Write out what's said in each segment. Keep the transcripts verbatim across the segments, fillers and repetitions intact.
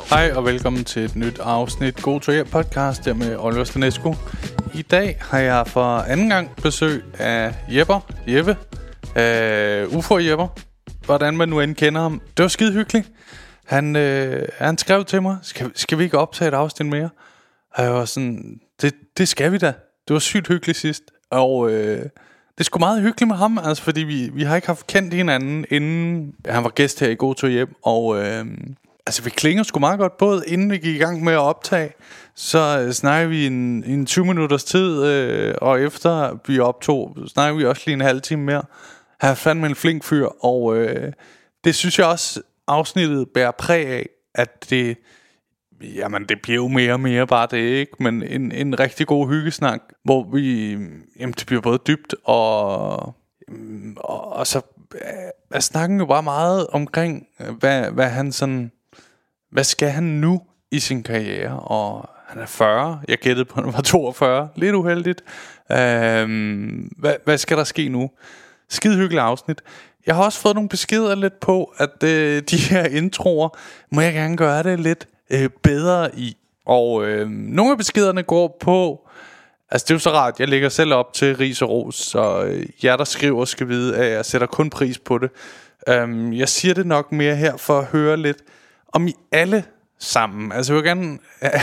Hej og velkommen til et nyt afsnit God to Hjem podcast der med Oliver Stanescu. I dag har jeg for anden gang besøg af Jepper, Jeppe, uh, U F O Jepper, hvordan man nu end kender ham. Det var skide hyggeligt. Han, øh, han skrev til mig, skal, skal vi ikke optage et afsnit mere? Og jeg var sådan, det, det skal vi da. Det var sygt hyggeligt sidst. Og øh, det er sgu meget hyggeligt med ham, altså, fordi vi, vi har ikke haft kendt hinanden, inden han var gæst her i God to Hjem. Og øh, altså, vi klinger sgu meget godt, både inden vi gik i gang med at optage, så øh, snakker vi en, en tyve minutters tid, øh, og efter vi optog, snakker vi også lige en halv time mere. Han er fandme en flink fyr, og øh, det synes jeg også, afsnittet bærer præg af, at det, jamen det bliver jo mere og mere bare det, ikke? Men en, en rigtig god hyggesnak, hvor vi, jamen det bliver både dybt, og, og, og så er snakken jo bare meget omkring, hvad, hvad han sådan, hvad skal han nu i sin karriere, og han er fyrre, jeg gættede på, at han var toogfyrre, lidt uheldigt. Øhm, hvad, hvad skal der ske nu? Skide hyggeligt afsnit. Jeg har også fået nogle beskeder lidt på, at øh, de her introer, må jeg gerne gøre det lidt øh, bedre i. Og øh, nogle af beskederne går på, altså det er jo så rart, jeg lægger selv op til ris og ros, så øh, jer der skriver skal vide, at jeg sætter kun pris på det. øh, Jeg siger det nok mere her for at høre lidt om I alle sammen. Altså jeg vil gerne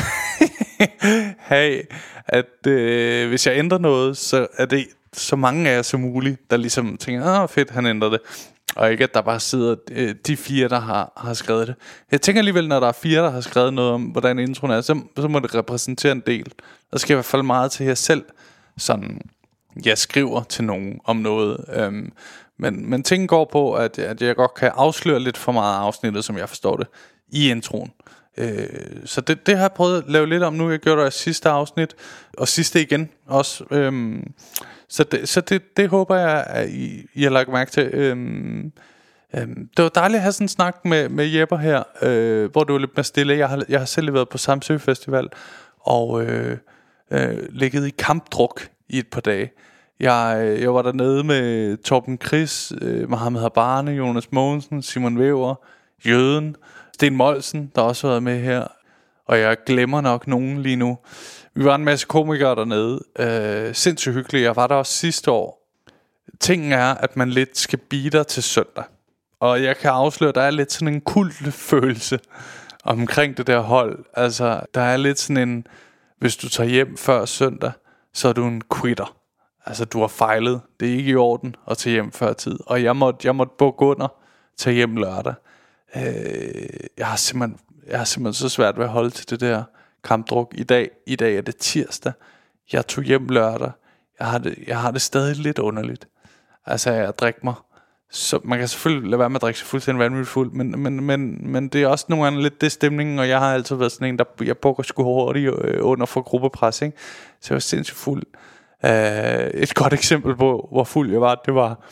have, at øh, hvis jeg ændrer noget, så er det så mange af jer som muligt, der ligesom tænker, ah fedt, han ændrer det. Og ikke at der bare sidder øh, de fire, der har, har skrevet det. Jeg tænker alligevel, når der er fire, der har skrevet noget om, hvordan introen er, så, så må det repræsentere en del. Der skal i hvert fald meget til jer selv, sådan jeg skriver til nogen om noget. øhm, Men, men ting går på, at, at jeg godt kan afsløre lidt for meget afsnittet, som jeg forstår det, i introen. Øh, så det, det har jeg prøvet at lave lidt om nu. Jeg gjorde det i sidste afsnit, og sidste igen også. øhm, Så, det, så det, det håber jeg, at I, I har lagt mærke til. øhm, øhm, Det var dejligt at have sådan en snak med, med Jepper her, øh, hvor det var lidt mere stille. Jeg har, jeg har selv været på Samsø Festival og øh, øh, ligget i kampdruk i et par dage. Jeg, jeg var dernede med Torben Chris, øh, Mohammed Habane, Jonas Mogensen, Simon Væver, Jøden, Sten Molsen, der også har været med her. Og jeg glemmer nok nogen lige nu. Vi var en masse komikere dernede. øh, Sindssygt hyggeligt. Jeg var der også sidste år. Tingen er, at man lidt skal bide til søndag. Og jeg kan afsløre, at der er lidt sådan en kultfølelse omkring det der hold. Altså, der er lidt sådan en, hvis du tager hjem før søndag, så er du en quitter. Altså, du har fejlet. Det er ikke i orden at tage hjem før tid. Og jeg måtte, jeg måtte bukke under, tage hjem lørdag. øh, jeg, har simpelthen, jeg har simpelthen så svært ved at holde til det der kampdruk. I dag, I dag er det tirsdag. Jeg tog hjem lørdag. Jeg har det, jeg har det stadig lidt underligt. Altså jeg drikker mig så, man kan selvfølgelig lade være med at drikke sig fuldstændig vanvittigt fuld, men, men, men, men det er også nogle gange lidt det stemning. Og jeg har altid været sådan en, der jeg bukker sgu hurtigt under for gruppepres, ikke? Så jeg var sindssygt fuld. uh, Et godt eksempel på hvor fuld jeg var, det var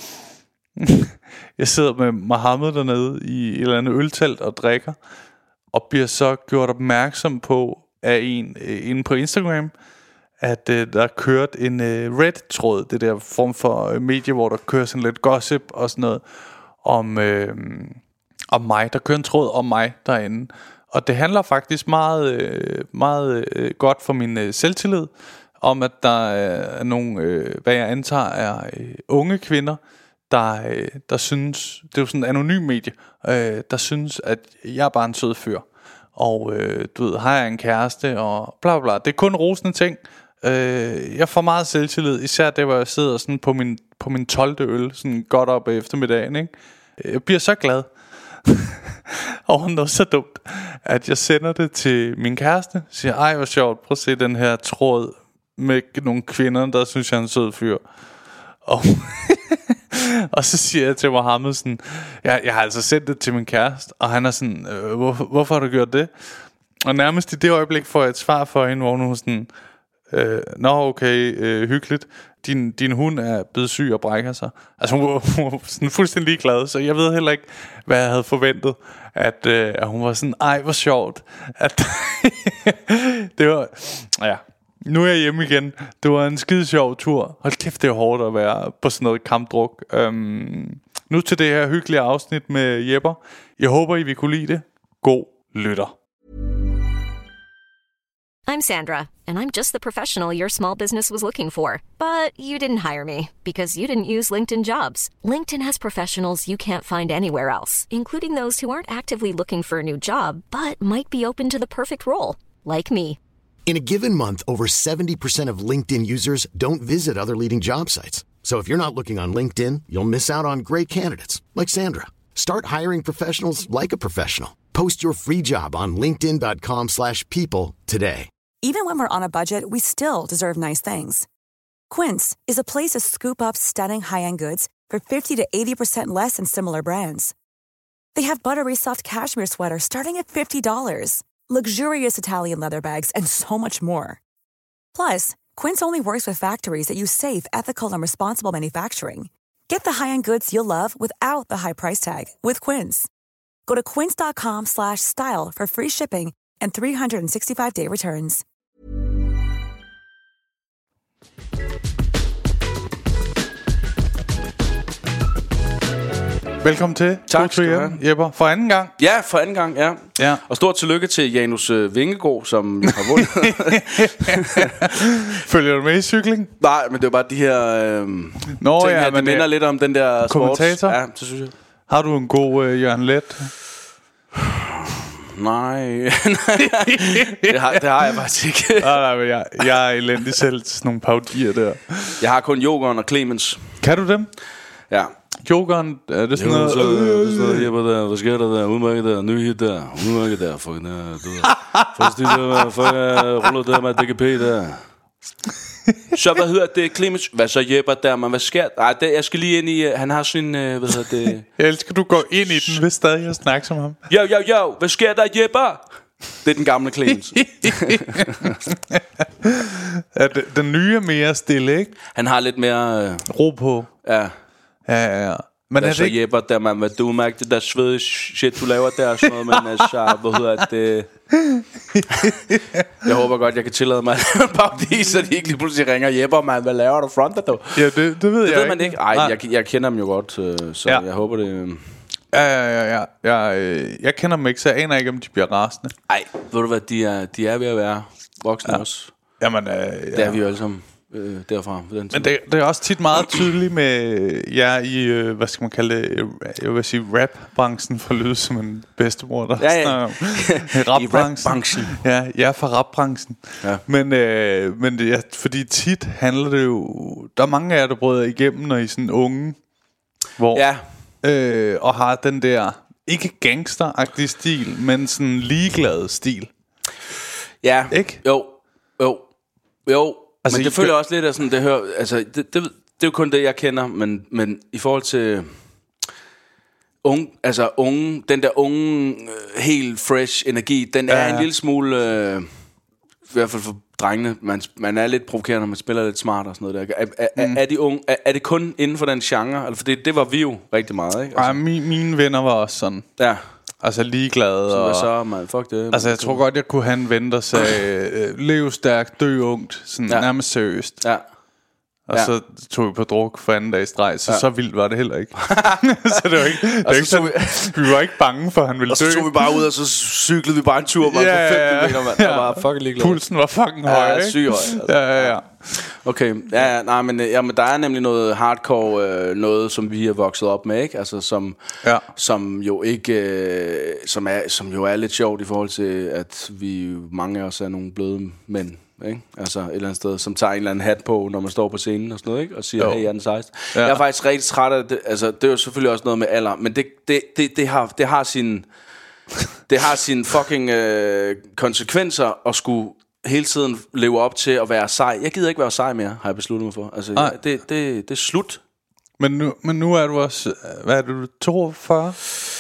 jeg sidder med Mohammed dernede i et eller andet øltelt og drikker, og bliver så gjort opmærksom på af en øh, inde på Instagram, at øh, der er kørt en øh, Reddit-tråd, det der form for øh, medie, hvor der kører sådan lidt gossip og sådan noget om, øh, om mig. Der kører en tråd om mig derinde, og det handler faktisk meget, øh, meget øh, godt for min øh, selvtillid, om at der er nogle, øh, hvad jeg antager er øh, unge kvinder, der, øh, der synes, det er jo sådan en anonym medie, øh, der synes, at jeg er bare en sød fyr. Og øh, du ved, har jeg en kæreste og bla bla. Det er kun rosende ting. øh, Jeg får meget selvtillid, især det hvor jeg sidder sådan på min, på min tolvte øl, sådan godt op af eftermiddagen, ikke? Jeg bliver så glad over noget så dumt, at jeg sender det til min kæreste. Siger, ej hvor sjovt, prøv at se den her tråd med nogle kvinder, der synes jeg er en sød fyr. Og og så siger jeg til Mohammed sådan, jeg, jeg har altså sendt det til min kæreste, og han er sådan, øh, hvor, hvorfor har du gjort det? Og nærmest i det øjeblik får jeg et svar for hende, hvor hun sådan, øh, nå okay, øh, hyggeligt, din, din hund er blevet syg og brækker sig. Altså hun var, hun var sådan fuldstændig ligeglad, så jeg ved heller ikke, hvad jeg havde forventet, at, øh, at hun var sådan, ej hvor sjovt, at det var, ja. Nu er jeg hjemme igen. Det var en skide sjov tur. Hold kæft, det er hårdt at være på sådan noget kampdruk. øhm, Nu til det her hyggelige afsnit med Jepper. Jeg håber I vil kunne lide det. God lytter. I'm Sandra, and I'm just the professional your small business was looking for. But you didn't hire me because you didn't use LinkedIn Jobs. LinkedIn has professionals you can't find anywhere else, including those who aren't actively looking for a new job, but might be open to the perfect role, like me. In a given month, over seventy percent of LinkedIn users don't visit other leading job sites. So if you're not looking on LinkedIn, you'll miss out on great candidates like Sandra. Start hiring professionals like a professional. Post your free job on linkedin.com slash people today. Even when we're on a budget, we still deserve nice things. Quince is a place to scoop up stunning high-end goods for fifty to eighty percent less than similar brands. They have buttery soft cashmere sweaters starting at fifty dollars, luxurious Italian leather bags, and so much more. Plus, Quince only works with factories that use safe, ethical, and responsible manufacturing. Get the high-end goods you'll love without the high price tag with Quince. Go to quince.com slash style for free shipping and three sixty-five day returns. Velkommen til. Tak skal du have, Jepper, for anden gang. Ja, for anden gang, ja. Ja. Og stort tillykke til Janus øh, Vingegaard, som har vundet. Følger du med i cykling? Nej, men det er bare de her øh, Nå, ting ja, her, det minder lidt om den der kommentator. Sports. Ja, det synes jeg. Har du en god øh, Jørgen Let? Nej, det, har, det har jeg faktisk ikke. nej, nej, men jeg, jeg er elendig selv til sådan nogle paudier der. Jeg har kun Jokeren og Clemens. Kan du dem? Ja. Jokeren, er det sådan Jo, noget? så, øh, så her på der, hvad sker der der, udmærket der, ny hit der, udmærket der, fuck der, du ved. Først de der, fuck jeg ruller der med D G P der. Så hvad hedder det, Clemens? Hvad så Jepper der, man, hvad sker? Ej, det, jeg skal lige ind i, han har sin, øh, hvad hedder det? Jeg elsker, du går ind i den, hvis stadig jeg snakker som ham. Jo, jo, jo, hvad sker der, Jepper? Det er den gamle Clemens. Ja, den, den nye er mere stille, ikke? Han har lidt mere øh, Ro på. ja. Ja, ja, ja. Men Hvad er så det ikke? Jepper der, man, hvad du mærker det der svede shit, du laver der, sådan noget, men altså, hvad hedder det? Jeg håber godt, jeg kan tillade mig at bare så de ikke lige pludselig ringer Jepper, man, hvad laver du fronter du? Ja, det, det ved Det jeg ved man ikke. Ej, jeg, jeg kender dem jo godt, øh, så Ja. jeg håber det. Ja, ja, ja, ja. Jeg, øh, jeg kender dem ikke, så jeg aner ikke, om de bliver rasende. Ej, ved du hvad, de er, de er ved at være voksne ja. også. Jamen, øh, ja. Det er vi jo alle sammen øh, derfra. Den Men det, det er også tit meget tydeligt med jer i, øh, hvad skal man kalde det, jeg vil sige rap-branchen, for at lyde som en bedstemor, der Ja, ja. snakker om. I rap-branchen. Ja, jeg er fra rap-branchen. Ja. Men, øh, men det, ja, fordi tit handler det jo, der er mange af jer, der bryder igennem, når I er sådan unge, hvor, Ja. øh, og har den der, ikke gangsteragtige stil, men sådan ligeglad stil. Ja, Ikke? jo, jo, jo. Altså, Men det I- føler også lidt af sådan, det hører, altså, det, det, det er jo kun det, jeg kender, men, men i forhold til unge, altså unge, den der unge, øh, helt fresh energi, den er Ja. en lille smule, øh, i hvert fald for drengene, man, man er lidt provokerende, når man spiller lidt smart og sådan noget der. Er, er, mm. er, de unge, er, er det kun inden for den genre? Altså, for det, det var vi jo rigtig meget, ikke? Ej, Altså, mi, mine venner var også sådan, ja, altså ligeglade. så og hvad så, man? Fuck det. Altså jeg tror godt jeg kunne have en ven der sagde øh, lev stærkt, dø ungt. Sådan Ja. nærmest seriøst. Ja. Og Ja. så tog vi på druk for anden dag i streg. Så Ja. så vildt var det heller ikke. Så det var ikke, det var så ikke sådan, vi var ikke bange for at han ville Og så dø. tog vi bare ud, og så cyklede vi bare en tur, man, Ja, på fem ja, ja. kilometer, mand. Der var fucking ligeglad. Pulsen var fucking høj, Ja, ikke? syg høj, altså. Ja, ja, ja. Okay, ja, ja, nej, men, ja, men der er nemlig noget hardcore, øh, noget som vi er vokset op med, ikke? Altså som, Ja. som jo ikke, øh, som, er, som jo er lidt sjovt i forhold til, at vi mange af os er nogle bløde mænd, ikke? Altså et eller andet sted, som tager en eller anden hat på, når man står på scenen og sådan noget, ikke? Og siger, Jo. hey, jeg er den seksten. Ja. Jeg er faktisk rigtig træt af det, altså det er jo selvfølgelig også noget med alder, men det, det, det, det, har, det har sin, det har sine fucking øh, konsekvenser at skulle hele tiden leve op til at være sej. Jeg gider ikke være sej mere, har jeg besluttet mig for. Altså, Nej. det, det, det er slut. Men nu, men nu er du også, hvad er du, toogfyrre?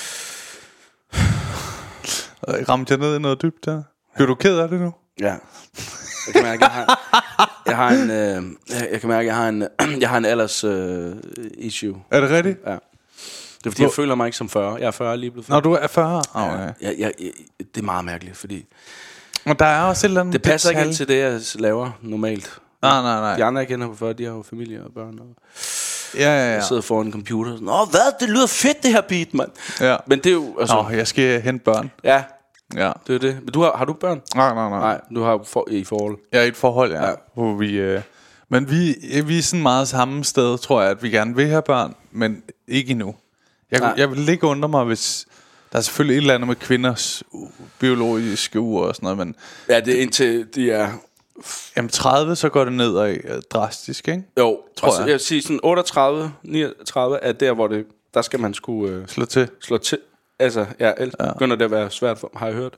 Ramte jeg ned i noget dybt der? Bliver du ked af det nu? Ja. Jeg kan mærke, jeg har, jeg har en, øh, jeg kan mærke, jeg har en, jeg har en alders øh, issue. Er det rigtigt? Ja. Det er fordi, jeg føler mig ikke som fyrre. Jeg er fyrre lige blevet fyrre. Når du er fyrre? Oh, ja. Jeg, jeg, jeg, det er meget mærkeligt, fordi Og der er også et eller andet det passer ikke detalje. ind til det, jeg laver normalt. Nej, nej, nej. De andre, jeg kender på fyrre, de har jo familie og børn. Og Ja, ja, ja. jeg sidder foran en computer. Nå, hvad? Det lyder fedt, det her beat, mand. Ja. Men det er jo... Altså, Nå, jeg skal hente børn. ja, Ja. Det er det. Men du har, har du børn? Nej, nej, nej. Nej, du har for, i forhold. Jeg er i et forhold, ja, Ja. ja. Hvor vi, øh, men vi, vi er sådan meget samme sted, tror jeg, at vi gerne vil have børn, men ikke endnu. Jeg, Nej. jeg vil ikke undre mig, hvis... Der er selvfølgelig et eller andet med kvinders u- biologiske uger og sådan noget, men... Ja, det er indtil de er... Jamen tredive, så går det nedad øh, drastisk, ikke? Jo, Tror og så, jeg. jeg vil sige sådan otteogtredive, niogtredive er der, hvor det... Der skal man skulle øh, Slå til. slå til. Altså, ja, ellers ja. begynder det at være svært for har jeg hørt.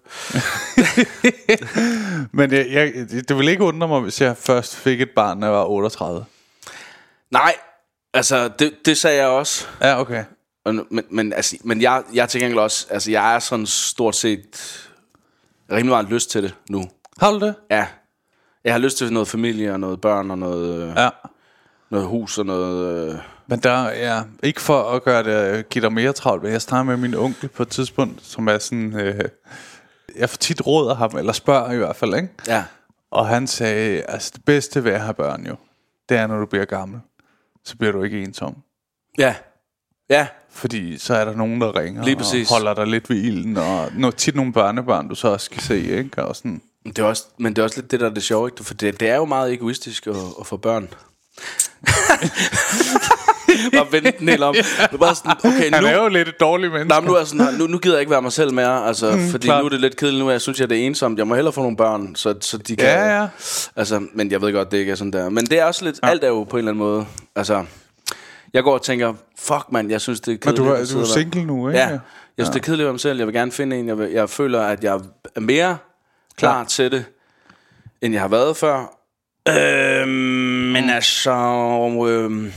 Men jeg, jeg, det vil ikke undre mig, hvis jeg først fik et barn, når jeg var otteogtredive. Nej, altså, det, det sagde jeg også. Ja, okay. Og nu- Men, men, altså, men jeg, jeg til gengæld også... Altså, jeg er sådan stort set... Rimelig meget lyst til det nu. Har du det? Ja. Jeg har lyst til noget familie og noget børn og noget, øh, Ja. noget hus og noget... Øh, Men der er ikke for at gøre det, give dig mere travlt, men jeg snakker med min onkel på et tidspunkt, som er sådan, øh, jeg får tit råd af ham, eller spørger i hvert fald, ikke? ja. Og han sagde, altså det bedste ved at have børn jo, det er når du bliver gammel, så bliver du ikke ensom. Ja. Ja. Fordi så er der nogen, der ringer Lige præcis. og holder dig lidt ved ilden, og når tit nogle børnebørn, du så også skal se, ikke? Og sådan. Det er også, men det er også lidt det, der er det sjove, ikke? For det, det er jo meget egoistisk at, at få børn. Bare vente den helt om. Det er bare sådan, okay, Han nu... er jo lidt et dårligt menneske. Nej, men nu, er sådan, nu, nu gider jeg ikke være mig selv mere, altså, mm, fordi klart. nu er det lidt kedeligt, nu jeg synes jeg det er ensomt. Jeg må hellere få nogle børn, så, så de kan... Ja, ja. Altså, men jeg ved godt, det ikke er sådan der. Men det er også lidt, ja. Alt er jo på en eller anden måde, altså... Jeg går og tænker, fuck mand, jeg synes det er Men kedeligt. du er, at du er sidde der. single nu, ikke? Ja, jeg synes det er kedeligt ved mig selv. Jeg vil gerne finde en, jeg, vil, jeg føler, at jeg er mere klar Klar. til det, end jeg har været før. Øhm, men altså... Øhm,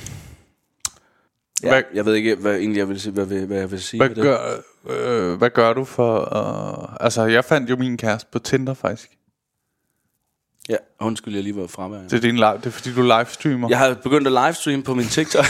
ja, Hvad- jeg ved ikke, hvad egentlig jeg vil sige, hvad, hvad jeg vil sige Hvad med det. gør, øh, hvad gør du for uh, altså jeg fandt jo min kæreste på Tinder faktisk. Ja, undskyld, jeg lige var fraværende. Det er din live, det er fordi du livestreamer. Jeg har begyndt at livestream på min TikTok.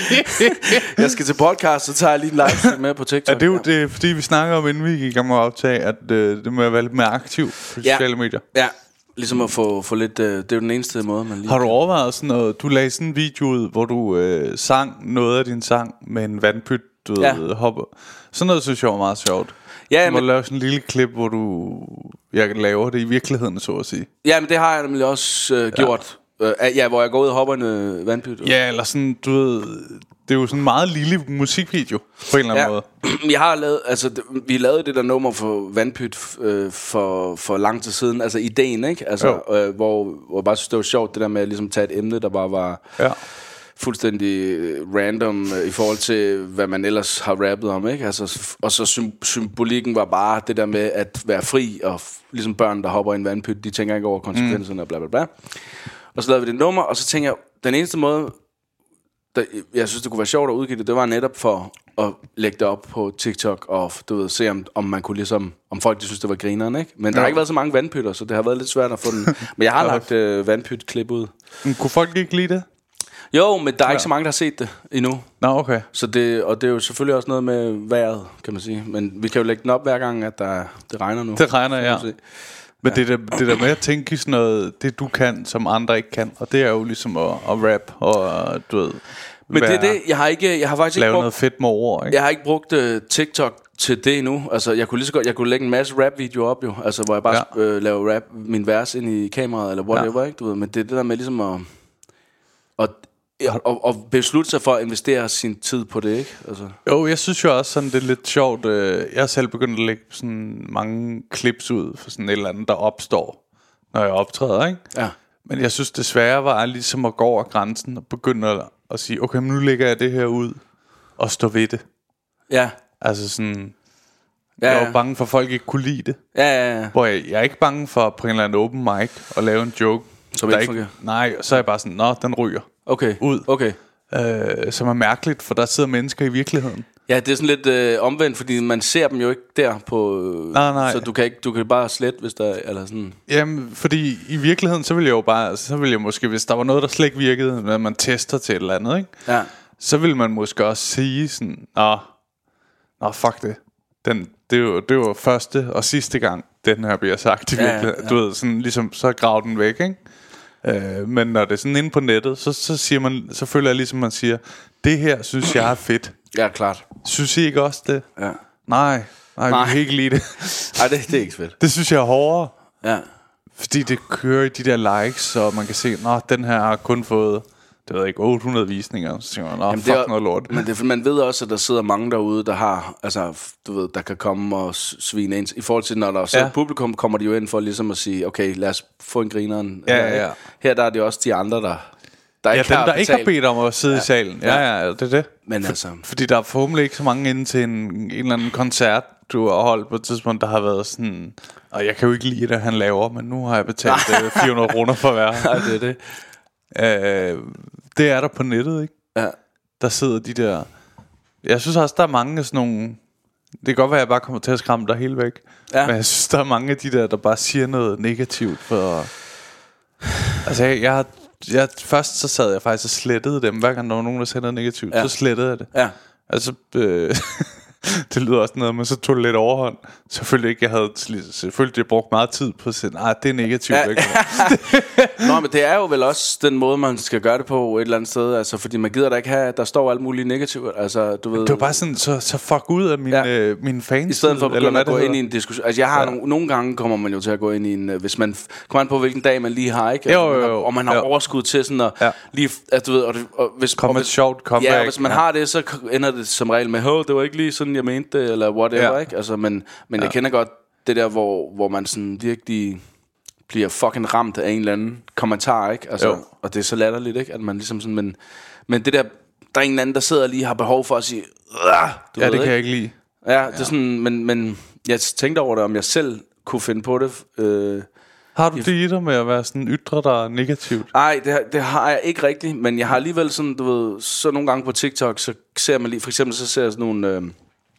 Jeg skal til podcast, så tager jeg lige en livestream med på TikTok. Ja, det er jo det, er, fordi vi snakker om, inden vi gik i gang med at optage, at øh, det må være lidt mere aktiv på Ja. sociale medier. Ja, ligesom at få, få lidt... Øh, det er jo den eneste måde, man lige... Har du overvejet sådan noget? Du lagde sådan en video ud, hvor du øh, sang noget af din sang med en vandpyt, du Ja. ved, hopper. Sådan noget synes jeg var meget sjovt. Ja, Du må men- lave sådan en lille klip, hvor du jeg laver det i virkeligheden, så at sige. Ja, men det har jeg nemlig også øh, gjort. Øh, ja, hvor jeg går ud og hopper i en øh, vandpyt. Ja, eller sådan, du ved, det er jo sådan en meget lille musikvideo på en eller anden Ja. måde. Jeg har lavet, altså, det, vi lavede det der nummer for vandpyt øh, for, for lang tid siden. Altså ideen, ikke? Altså, øh, hvor, hvor jeg bare synes, det var sjovt, det der med at ligesom tage et emne, der bare var... Ja. fuldstændig random øh, i forhold til, hvad man ellers har rappet om, ikke? Altså, og så sym- symbolikken var bare det der med at være fri, og f- ligesom børn, der hopper i en vandpyt, de tænker ikke over konsekvenserne, mm. og bla bla bla. Og så lavede vi det nummer, og så tænker jeg, den eneste måde, der, jeg synes, det kunne være sjovt at udgive det, det var netop for at lægge det op på TikTok, og du ved, se om, om man kunne ligesom, om folk de synes, det var grineren, ikke? Men der Ja. har ikke været så mange vandpytter, så det har været lidt svært at få den. Men jeg har lagt øh, vandpyt-klip ud. Men kunne folk ikke lide det? Jo, men der er Ja. ikke så mange, der har set det endnu. Nå, okay. Så det, og det er jo selvfølgelig også noget med vejret, kan man sige. Men vi kan jo lægge den op hver gang, at der, det regner nu. Det regner, ja. Så kan vi se. Men det, der, det der med at tænke i sådan noget, det du kan, som andre ikke kan, og det er jo ligesom at, at rap, og du ved, Men det er være- det, jeg har ikke, jeg har faktisk ikke lave brugt, noget fedt med ord, ikke? jeg har ikke brugt uh, TikTok til det endnu. Altså, jeg kunne lige så godt, jeg kunne lægge en masse rap-videoer op jo, altså hvor jeg bare Ja. ja. øh, lave rap, min vers ind i kameraet eller whatever, ja. ikke, du ved. Men det er det der med ligesom at, at og, og, og beslutte sig for at investere sin tid på det, ikke? Altså. Jo, jeg synes jo også sådan, det er lidt sjovt. øh, Jeg har selv begyndt at lægge sådan mange clips ud for sådan et eller andet, der opstår, når jeg optræder, ikke? Ja. Men jeg synes det svære var ligesom at gå over grænsen og begynde at, at sige, okay, men nu lægger jeg det her ud og stå ved det. Ja. Altså sådan, Ja, jeg ja. var bange for, at folk ikke kunne lide det. Ja, ja, ja. Hvor jeg, jeg er ikke bange for på en eller anden open mic at lave en joke, Som der ikke fungerer. nej, så er jeg bare sådan, nå, den ryger Okay. ud. Okay. øh, Som er mærkeligt, for der sidder mennesker i virkeligheden. Ja, det er sådan lidt øh, omvendt, fordi man ser dem jo ikke der på... Øh, Nej, nej. Så du kan, ikke, du kan bare slette, hvis der er... Eller sådan. Jamen, fordi i virkeligheden, så vil jeg jo bare, så vil jeg måske, hvis der var noget, der slet ikke virkede, når man tester til et eller andet, ikke? Ja. Så vil man måske også sige sådan, nå, nå fuck det. Den, det, var, det var første og sidste gang, den her bliver sagt i Ja, virkeligheden. ja. Du ved, sådan ligesom, så grav den væk, ikke? Øh, men når det er sådan inde på nettet, så, så siger man, så føler jeg ligesom, man siger, det her synes jeg er fedt. Ja, klart. Synes I ikke også det? Ja. Nej. Nej, Nej. jeg kan ikke lide det. Nej, det, det er ikke fedt. Det synes jeg er hårdere. Ja. Fordi det kører i de der likes, så man kan se, nå, den her har kun fået, det ved jeg ikke, otte hundrede visninger. Så tænker man, nå, Jamen, fuck er, noget lort. Men det, man ved også, at der sidder mange derude, der har, altså, du ved, der kan komme og svine ind. I forhold til, når der sidder ja. publikum, kommer de jo ind for ligesom at sige, okay, lad os få en grineren. Ja, ja, ja. Her der er det også de andre, der, der ja, ikke dem, har der betalt. ikke har bedt om at sidde ja. i salen. Ja, ja, ja, det er det. Men For, altså. Fordi der er forhåbentlig ikke så mange inde til en, en eller anden koncert, du har holdt på et tidspunkt, der har været sådan, og jeg kan jo ikke lide det, han laver, men nu har jeg betalt fire hundrede kroner for at være her. Nej, det er det. Øh, det er der på nettet, ikke? Ja. Der sidder de der. Jeg synes også, der er mange af sådan nogle. Det kan godt være, at jeg bare kommer til at skræmme dig helt væk. Ja. Men jeg synes, der er mange af de der, der bare siger noget negativt. For altså, jeg, jeg, jeg først så sad jeg faktisk og slettede dem. Hver gang der var nogen, der sagde noget negativt, ja. så slettede jeg det. Ja. Altså, øh, det lyder også noget, men så tog det lidt overhånd. Selvfølgelig ikke, jeg havde selvfølgelig jeg brugt meget tid på at sige, nej, det er negativt. Ja. Ikke? Nå, men det er jo vel også den måde, man skal gøre det på et eller andet sted. Altså, fordi man gider da ikke have, der står alt muligt negativt. Altså, du ved. Det var bare sådan, så, så fuck ud af mine, ja. øh, mine fans. I stedet for at begynde at gå ind i en diskussion. Altså, jeg har ja. no, nogle gange kommer man jo til at gå ind i en, hvis man kommer an på, hvilken dag man lige har, ikke? Jo, altså, jo, man jo. har, og man har jo. overskud til sådan at ja. lige, altså, du ved, og, det, og hvis kom et sjovt comeback. Ja, hvis man ja. har det, så ender det som regel med, hov, det var ikke lige sådan, jeg mente det, eller whatever, ja. ikke? Altså, men, men ja. jeg kender godt det der, hvor, hvor man sådan virkelig bliver fucking ramt af en eller anden kommentar, ikke? Altså, og det er så latterligt, ikke? At man ligesom sådan, men, men det der, der er en eller anden, der sidder lige har behov for at sige, du ja, ved, det kan ikke? jeg ikke lide. Ja, det er sådan, men, men jeg tænkte over det, om jeg selv kunne finde på det. Øh, har du det i dig med at være sådan ytre dig negativt? Nej, det, det har jeg ikke rigtigt, men jeg har alligevel sådan, du ved, så nogle gange på TikTok, så ser man lige, for eksempel så ser jeg sådan nogle øh,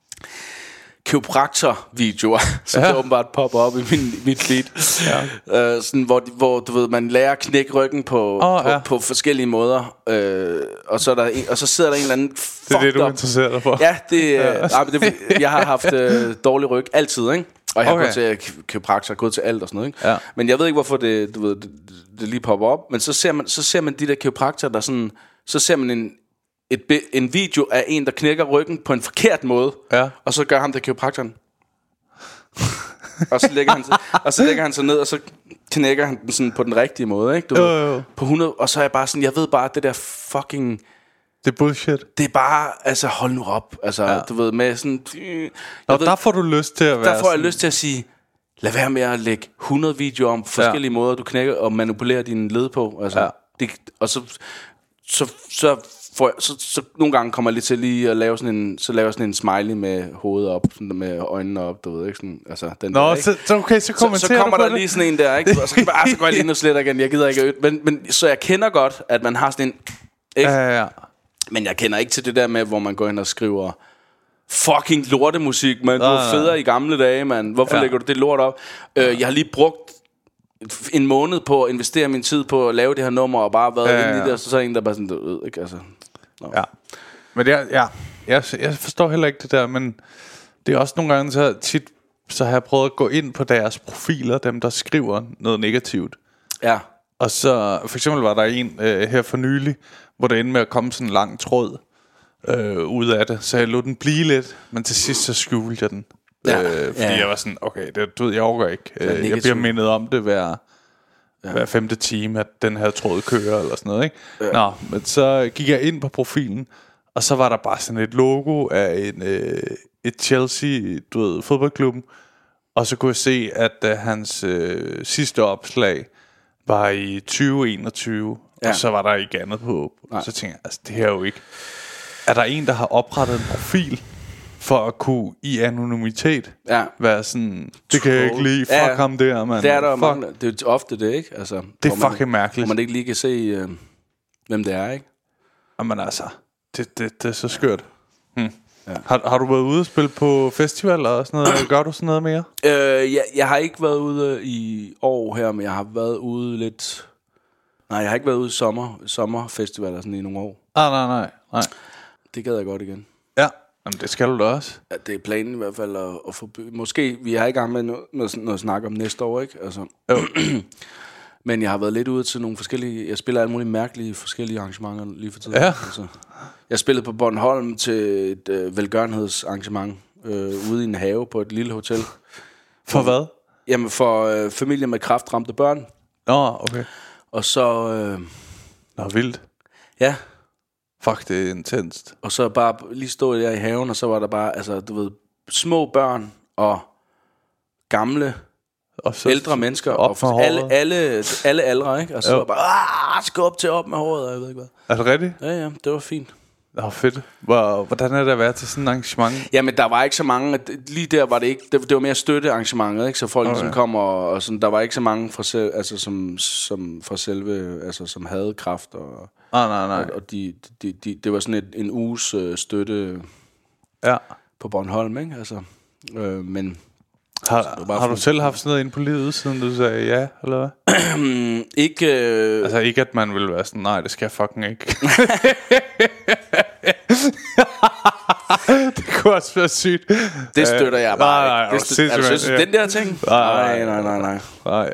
kiropraktor-videoer, som ja. åbenbart popper op i min, mit feed. Ja. Øh, sådan, hvor, hvor, du ved, man lærer at knække ryggen på, oh, på, ja. på, på forskellige måder, øh, og, så er der en, og så sidder der en eller anden det er det, du interesserer dig for. Ja, det, ja. Øh, det, jeg har haft øh, dårlig ryg altid, ikke? Og jeg har okay. gået til kiropraktor, gået til alt og sådan noget, ikke? Ja. Men jeg ved ikke, hvorfor det, du ved, det, det lige popper op. Men så ser man, så ser man de der kiropraktorer, der sådan, så ser man en, et, en video af en, der knækker ryggen på en forkert måde, ja. og så gør ham der kiropraktoren. og, så lægger han sig, og så lægger han sig ned, og så knækker han den sådan på den rigtige måde, ikke? Du jo, ved, jo. På hundrede, og så er jeg bare sådan, jeg ved bare, det der fucking... Det er bullshit. Det er bare, altså hold nu op. Altså, ja. du ved, med sådan... Øh, og ved, der får du lyst til at være Der får jeg sådan... lyst til at sige, lad være med at lægge hundrede videoer om forskellige ja. måder, du knækker og manipulerer dine led på. Altså, ja. det, og så, så, så, får jeg, så, så nogle gange kommer jeg lige til lige at lave sådan en, så laver sådan en smiley med hovedet op, sådan med øjnene op, du ved ikke sådan, altså den Nå, der, så, så okay, så kommenterer så, så kommer du der det. lige sådan en der, ikke? Og så, ah, så går jeg lige nu slet igen, jeg gider ikke øde. Men, men så jeg kender godt, at man har sådan en, ikke? Ja, ja, ja. Men jeg kender ikke til det der med, hvor man går ind og skriver fucking lortemusik, man. Du var federe i gamle dage, man. Hvorfor ja. lægger du det lort op? Øh, jeg har lige brugt en måned på at investere min tid på at lave det her nummer, og bare været ja, ja, ja. inde i det, og så er en, der bare sådan, du ved, ikke? Altså, no. Ja. Men det er, ja, jeg, jeg forstår heller ikke det der, men det er også nogle gange så tit, så har jeg prøvet at gå ind på deres profiler, dem der skriver noget negativt. Ja. Og så, for eksempel var der en øh, her for nylig, hvor det endte med at komme sådan en lang tråd øh, ud af det. Så jeg lod den blive lidt, men til sidst så skjulte jeg den. Ja. Øh, fordi ja. jeg var sådan, okay, det, du ved, jeg overgår ikke. Øh, jeg bliver mindet om det hver, ja. hver femte time, at den her tråd kører, eller sådan noget, ikke? Ja. Nå, men så gik jeg ind på profilen, og så var der bare sådan et logo af en, øh, et Chelsea, du ved, fodboldklubben. Og så kunne jeg se, at uh, hans øh, sidste opslag var i tyve enogtyve, ja. Og så var der ikke andet på. Nej. Så tænkte jeg, altså det her er jo ikke... Er der en, der har oprettet en profil for at kunne i anonymitet ja. være sådan, det kan jeg ikke lide, fuck ja. ham der, mand. Det er der mange, det er ofte det, ikke? Altså, det er fucking man, mærkeligt. Hvor man ikke lige kan se, øh, hvem det er, ikke? Jamen altså, det, det, det er så skørt. Hm. Ja. Har, har du været ude og spille på festivaler og sådan noget? Gør du sådan noget mere? Øh, jeg, jeg har ikke været ude i år her, men jeg har været ude lidt... Nej, jeg har ikke været ude i sommer, sommerfestivaler sådan i nogle år. Ah, nej, nej, nej. Det gad jeg godt igen. Ja, jamen, det skal du da også. Ja, det er planen i hvert fald at, at få... Måske, vi har ikke gang med noget, noget, noget at snakke om næste år, ikke? Altså, men jeg har været lidt ude til nogle forskellige... Jeg spiller alle mulige mærkelige forskellige arrangementer lige for tiden. Ja. Altså, jeg spillede på Bornholm til et øh, velgørenhedsarrangement øh, ude i en have på et lille hotel. For hvad? Jamen for øh, familier med kræftramte børn. Nå, okay. Og så... Øh, Nå, vildt. ja. Fuck, det er intenst. Og så bare lige stod der i haven, og så var der bare, altså, du ved, små børn og gamle, og så ældre mennesker. Op og alle, alle, alle aldre, ikke? Og så jo. var bare, ah, skub til op med håret, og jeg ved ikke hvad. Er det rigtigt? Ja, ja, det var fint. Nå, fedt. Hvor, hvordan er det at være til sådan et arrangement? Jamen, der var ikke så mange. Lige der var det ikke. Det, det var mere støttearrangementet, ikke? Så folk okay. ligesom kom og, og sådan. Der var ikke så mange fra selv, altså som som fra selve, altså som havde kræft og. Ah, nej, nej. Og, og de, de, de, det var sådan et, en uges øh, støtte. Ja. På Bornholm, ikke? Altså, øh, men har, har du selv haft sådan noget ind på livet, siden du sagde ja, eller hvad? ikke... Øh... Altså ikke, at man ville være sådan, nej, det skal jeg fucking ikke. Det kunne også være sygt. Det støtter jeg bare nej, nej, ikke. Det støtter, altså, synes, ja. Den der ting? Nej, nej, nej, nej. nej.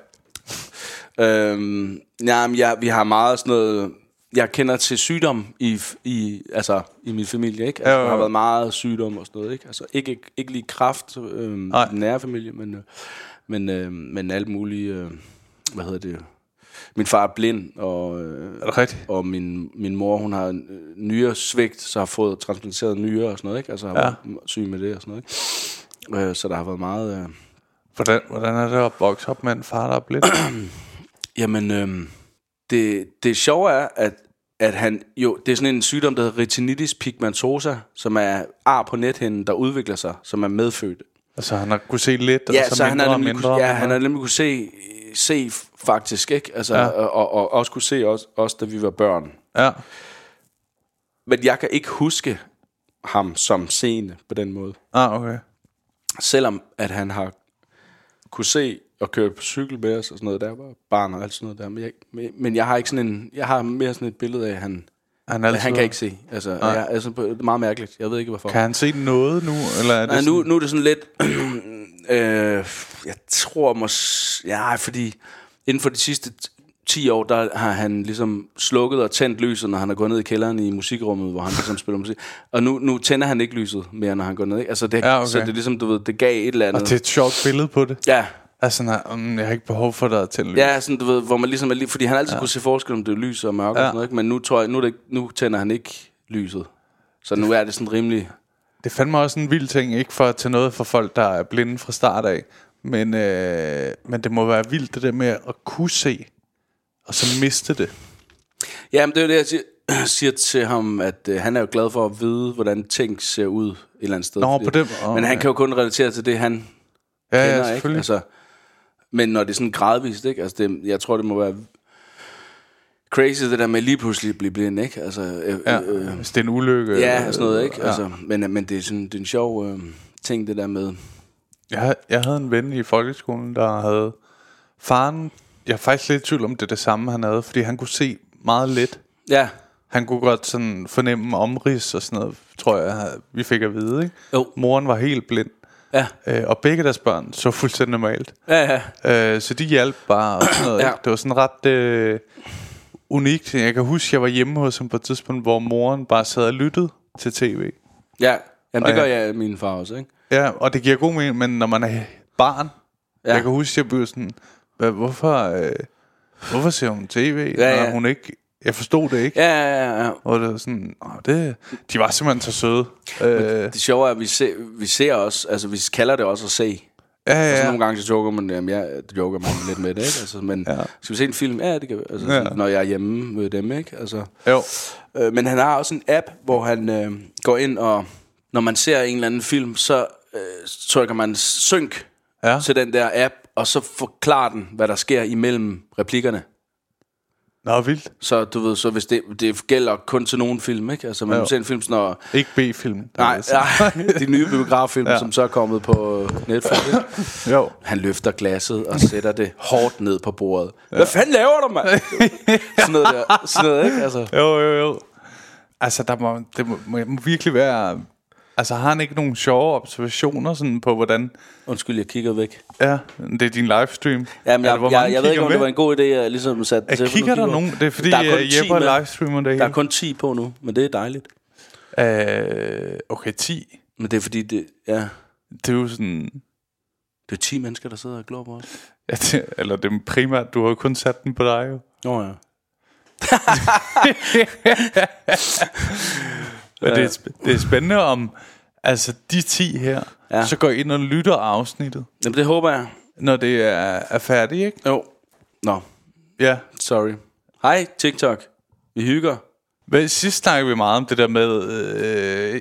Øhm, jamen, ja, vi har meget sådan noget... Jeg kender til sygdom i, i, altså, i min familie, ikke? Altså, ja, ja. Der har været meget sygdom og sådan noget, ikke? Altså, ikke, ikke, ikke lige kræft øh, i den nære familie, men, øh, men, øh, men alt muligt... Øh, hvad hedder det? Min far er blind, og, øh, er det rigtigt? Og min, min mor, hun har nyresvigt, så har fået transplanteret nyre og sådan noget, ikke? Altså, har ja. været syg med det og sådan noget, ikke? Øh, så der har været meget... Øh... Hvordan, hvordan er det at vokse op med en far, der er blind? Jamen, øh, det, det sjove er, at at han jo, det er sådan en sygdom, der hedder retinitis pigmentosa, som er ar på nethinden, der udvikler sig, som er medfødt. Altså han har kunne se lidt, ja, og så, så mindre han har og mindre. Kunne, ja, han har nemlig kunne se, se faktisk, ikke? Altså, ja. og, og, og også kunne se os, også, da vi var børn. Ja. Men jeg kan ikke huske ham som seende på den måde. Ah, okay. Selvom at han har kunne se og køre på cykel med os og sådan noget, der var barn og alt sådan noget der, men jeg, men jeg har ikke sådan en, jeg har mere sådan et billede af at han han, han kan ikke se, altså, jeg, altså det er meget mærkeligt, jeg ved ikke hvorfor. Kan han se noget nu, eller er det Nej, sådan... nu nu er det sådan lidt øh, jeg tror måske ja, fordi inden for de sidste ti år, der har han ligesom slukket og tændt lyset, når han er gået ned i kælderen i musikrummet, hvor han ligesom spiller musik. Og nu, nu tænder han ikke lyset mere, når han går ned. Ikke? Altså det, ja, okay. Så det er ligesom, du ved, det gav et eller andet. Og det er et sjovt billede på det. Ja. Altså, nej, um, jeg har ikke behov for dig at tænde lys. Ja, sådan, du ved, hvor man ligesom er lige, fordi han altid ja. kunne se forskel, om det er lys og mørke ja. og sådan noget, ikke? Men nu tror jeg, nu, det, nu tænder han ikke lyset. Så nu er det sådan rimelig... Det fandt mig også en vild ting, ikke for at tage noget for folk, der er blinde fra start af. Men, øh, men det må være vildt, det der med at kunne se, og så miste det. Ja, men det er jo det, jeg siger, siger til ham, at øh, han er jo glad for at vide, hvordan ting ser ud et eller andet sted. Nå, på det, oh, men han ja. kan jo kun relatere til det, han ja, kender, ja, ikke? Altså, men når det er sådan gradvist, ikke? Altså det, jeg tror, det må være crazy, det der med lige pludselig at blive blind, ikke? Altså, øh, ja, øh, hvis det er en ulykke. Ja, sådan noget, ikke? Ja. Altså, men, men det er sådan det er en sjov øh, ting, det der med... Jeg, jeg havde en ven i folkeskolen, der havde faren... Jeg er faktisk lidt i tvivl om det er det samme, han havde, fordi han kunne se meget let. Ja. Han kunne godt sådan fornemme omrids og sådan noget, tror jeg, vi fik at vide, ikke? Jo. Moren var helt blind. Ja. Øh, og begge deres børn så fuldstændig normalt. Ja, ja. Øh, så de hjalp bare og sådan noget, ja. Ikke? Det var sådan ret øh, unikt. Jeg kan huske, jeg var hjemme hos ham på et tidspunkt, hvor moren bare sad og lyttede til tv. Ja, jamen, det og gør jeg, jeg min far også, ikke? Ja, og det giver god mening, men når man er barn, ja. Jeg kan huske, jeg blev sådan, hvorfor, øh, hvorfor ser hun tv, ja, ja. når hun ikke... Jeg forstod det ikke. Ja, ja, ja. Og det var sådan, åh, det, de var simpelthen så søde. Øh. Det sjove er, at vi ser, vi ser også, altså vi kalder det også at se. Ja, ja, ja. Og så nogle gange så joker man, jamen jeg joker man lidt med det, ikke? Altså, men ja. Skal vi se en film? Ja, det kan vi. Altså, ja. Når jeg er hjemme med dem, ikke? Altså, jo. Øh, men han har også en app, hvor han øh, går ind og, når man ser en eller anden film, så øh, trykker man synk ja. Til den der app, og så forklarer den, hvad der sker imellem replikkerne. Nå, vildt. Så du ved, så hvis det, det gælder kun til nogle film, ikke? Altså man ser en film sådan noget... Ikke B-film. Nej, nej, de nye biograffilm, ja. Som så er kommet på Netflix. Jo. Han løfter glasset og sætter det hårdt ned på bordet. Ja. Hvad fanden laver du, mand? Sådan noget der, sådan noget, ikke? Altså. Jo, jo, jo. Altså, der må, det må, må virkelig være... Altså, har han ikke nogen sjove observationer sådan på, hvordan... Undskyld, jeg kigger væk. Ja, det er din livestream. Ja, men jeg, det, jeg, jeg ved ikke, om med? Det var en god idé, at ligesom satte jeg til. Kigger der nogen? Det er fordi, jeg Jeppe livestreamer det hele. Der er kun ti på nu, men det er dejligt. Øh, okay, ti. Men det er fordi, det, ja, Det er jo sådan... det er ti mennesker, der sidder og glor på os. Ja, det, eller det er primært, du har jo kun sat den på dig jo. Nå ja. Men det, er, sp- det er spændende om, altså de ti her, Ja. så går ind og lytter afsnittet, Jamen, det håber jeg. når det er, er færdigt, ikke? Jo. Nå, Ja. sorry. Hej, TikTok. Vi hygger. Men sidst snakkede vi meget om det der med... Øh,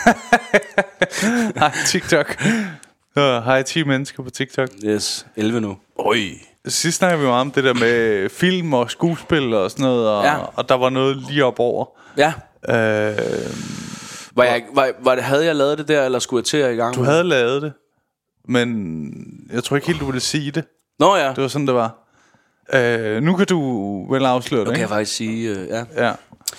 hej TikTok. Uh, hej ti mennesker på TikTok. Yes, elleve nu. Oj. Sidst snakkede vi meget om det der med film og skuespil og sådan noget, og, Ja. og der var noget lige op over. Ja. Øh, Var jeg, var, var det, havde jeg lavet det der, eller skulle jeg til at i gang? du havde lavet det, men jeg tror ikke helt, du ville sige det. Nå ja. Det var sådan, det var. Øh, nu kan du vel afsløre det, Nu kan jeg ikke? faktisk sige, øh, ja. Ja.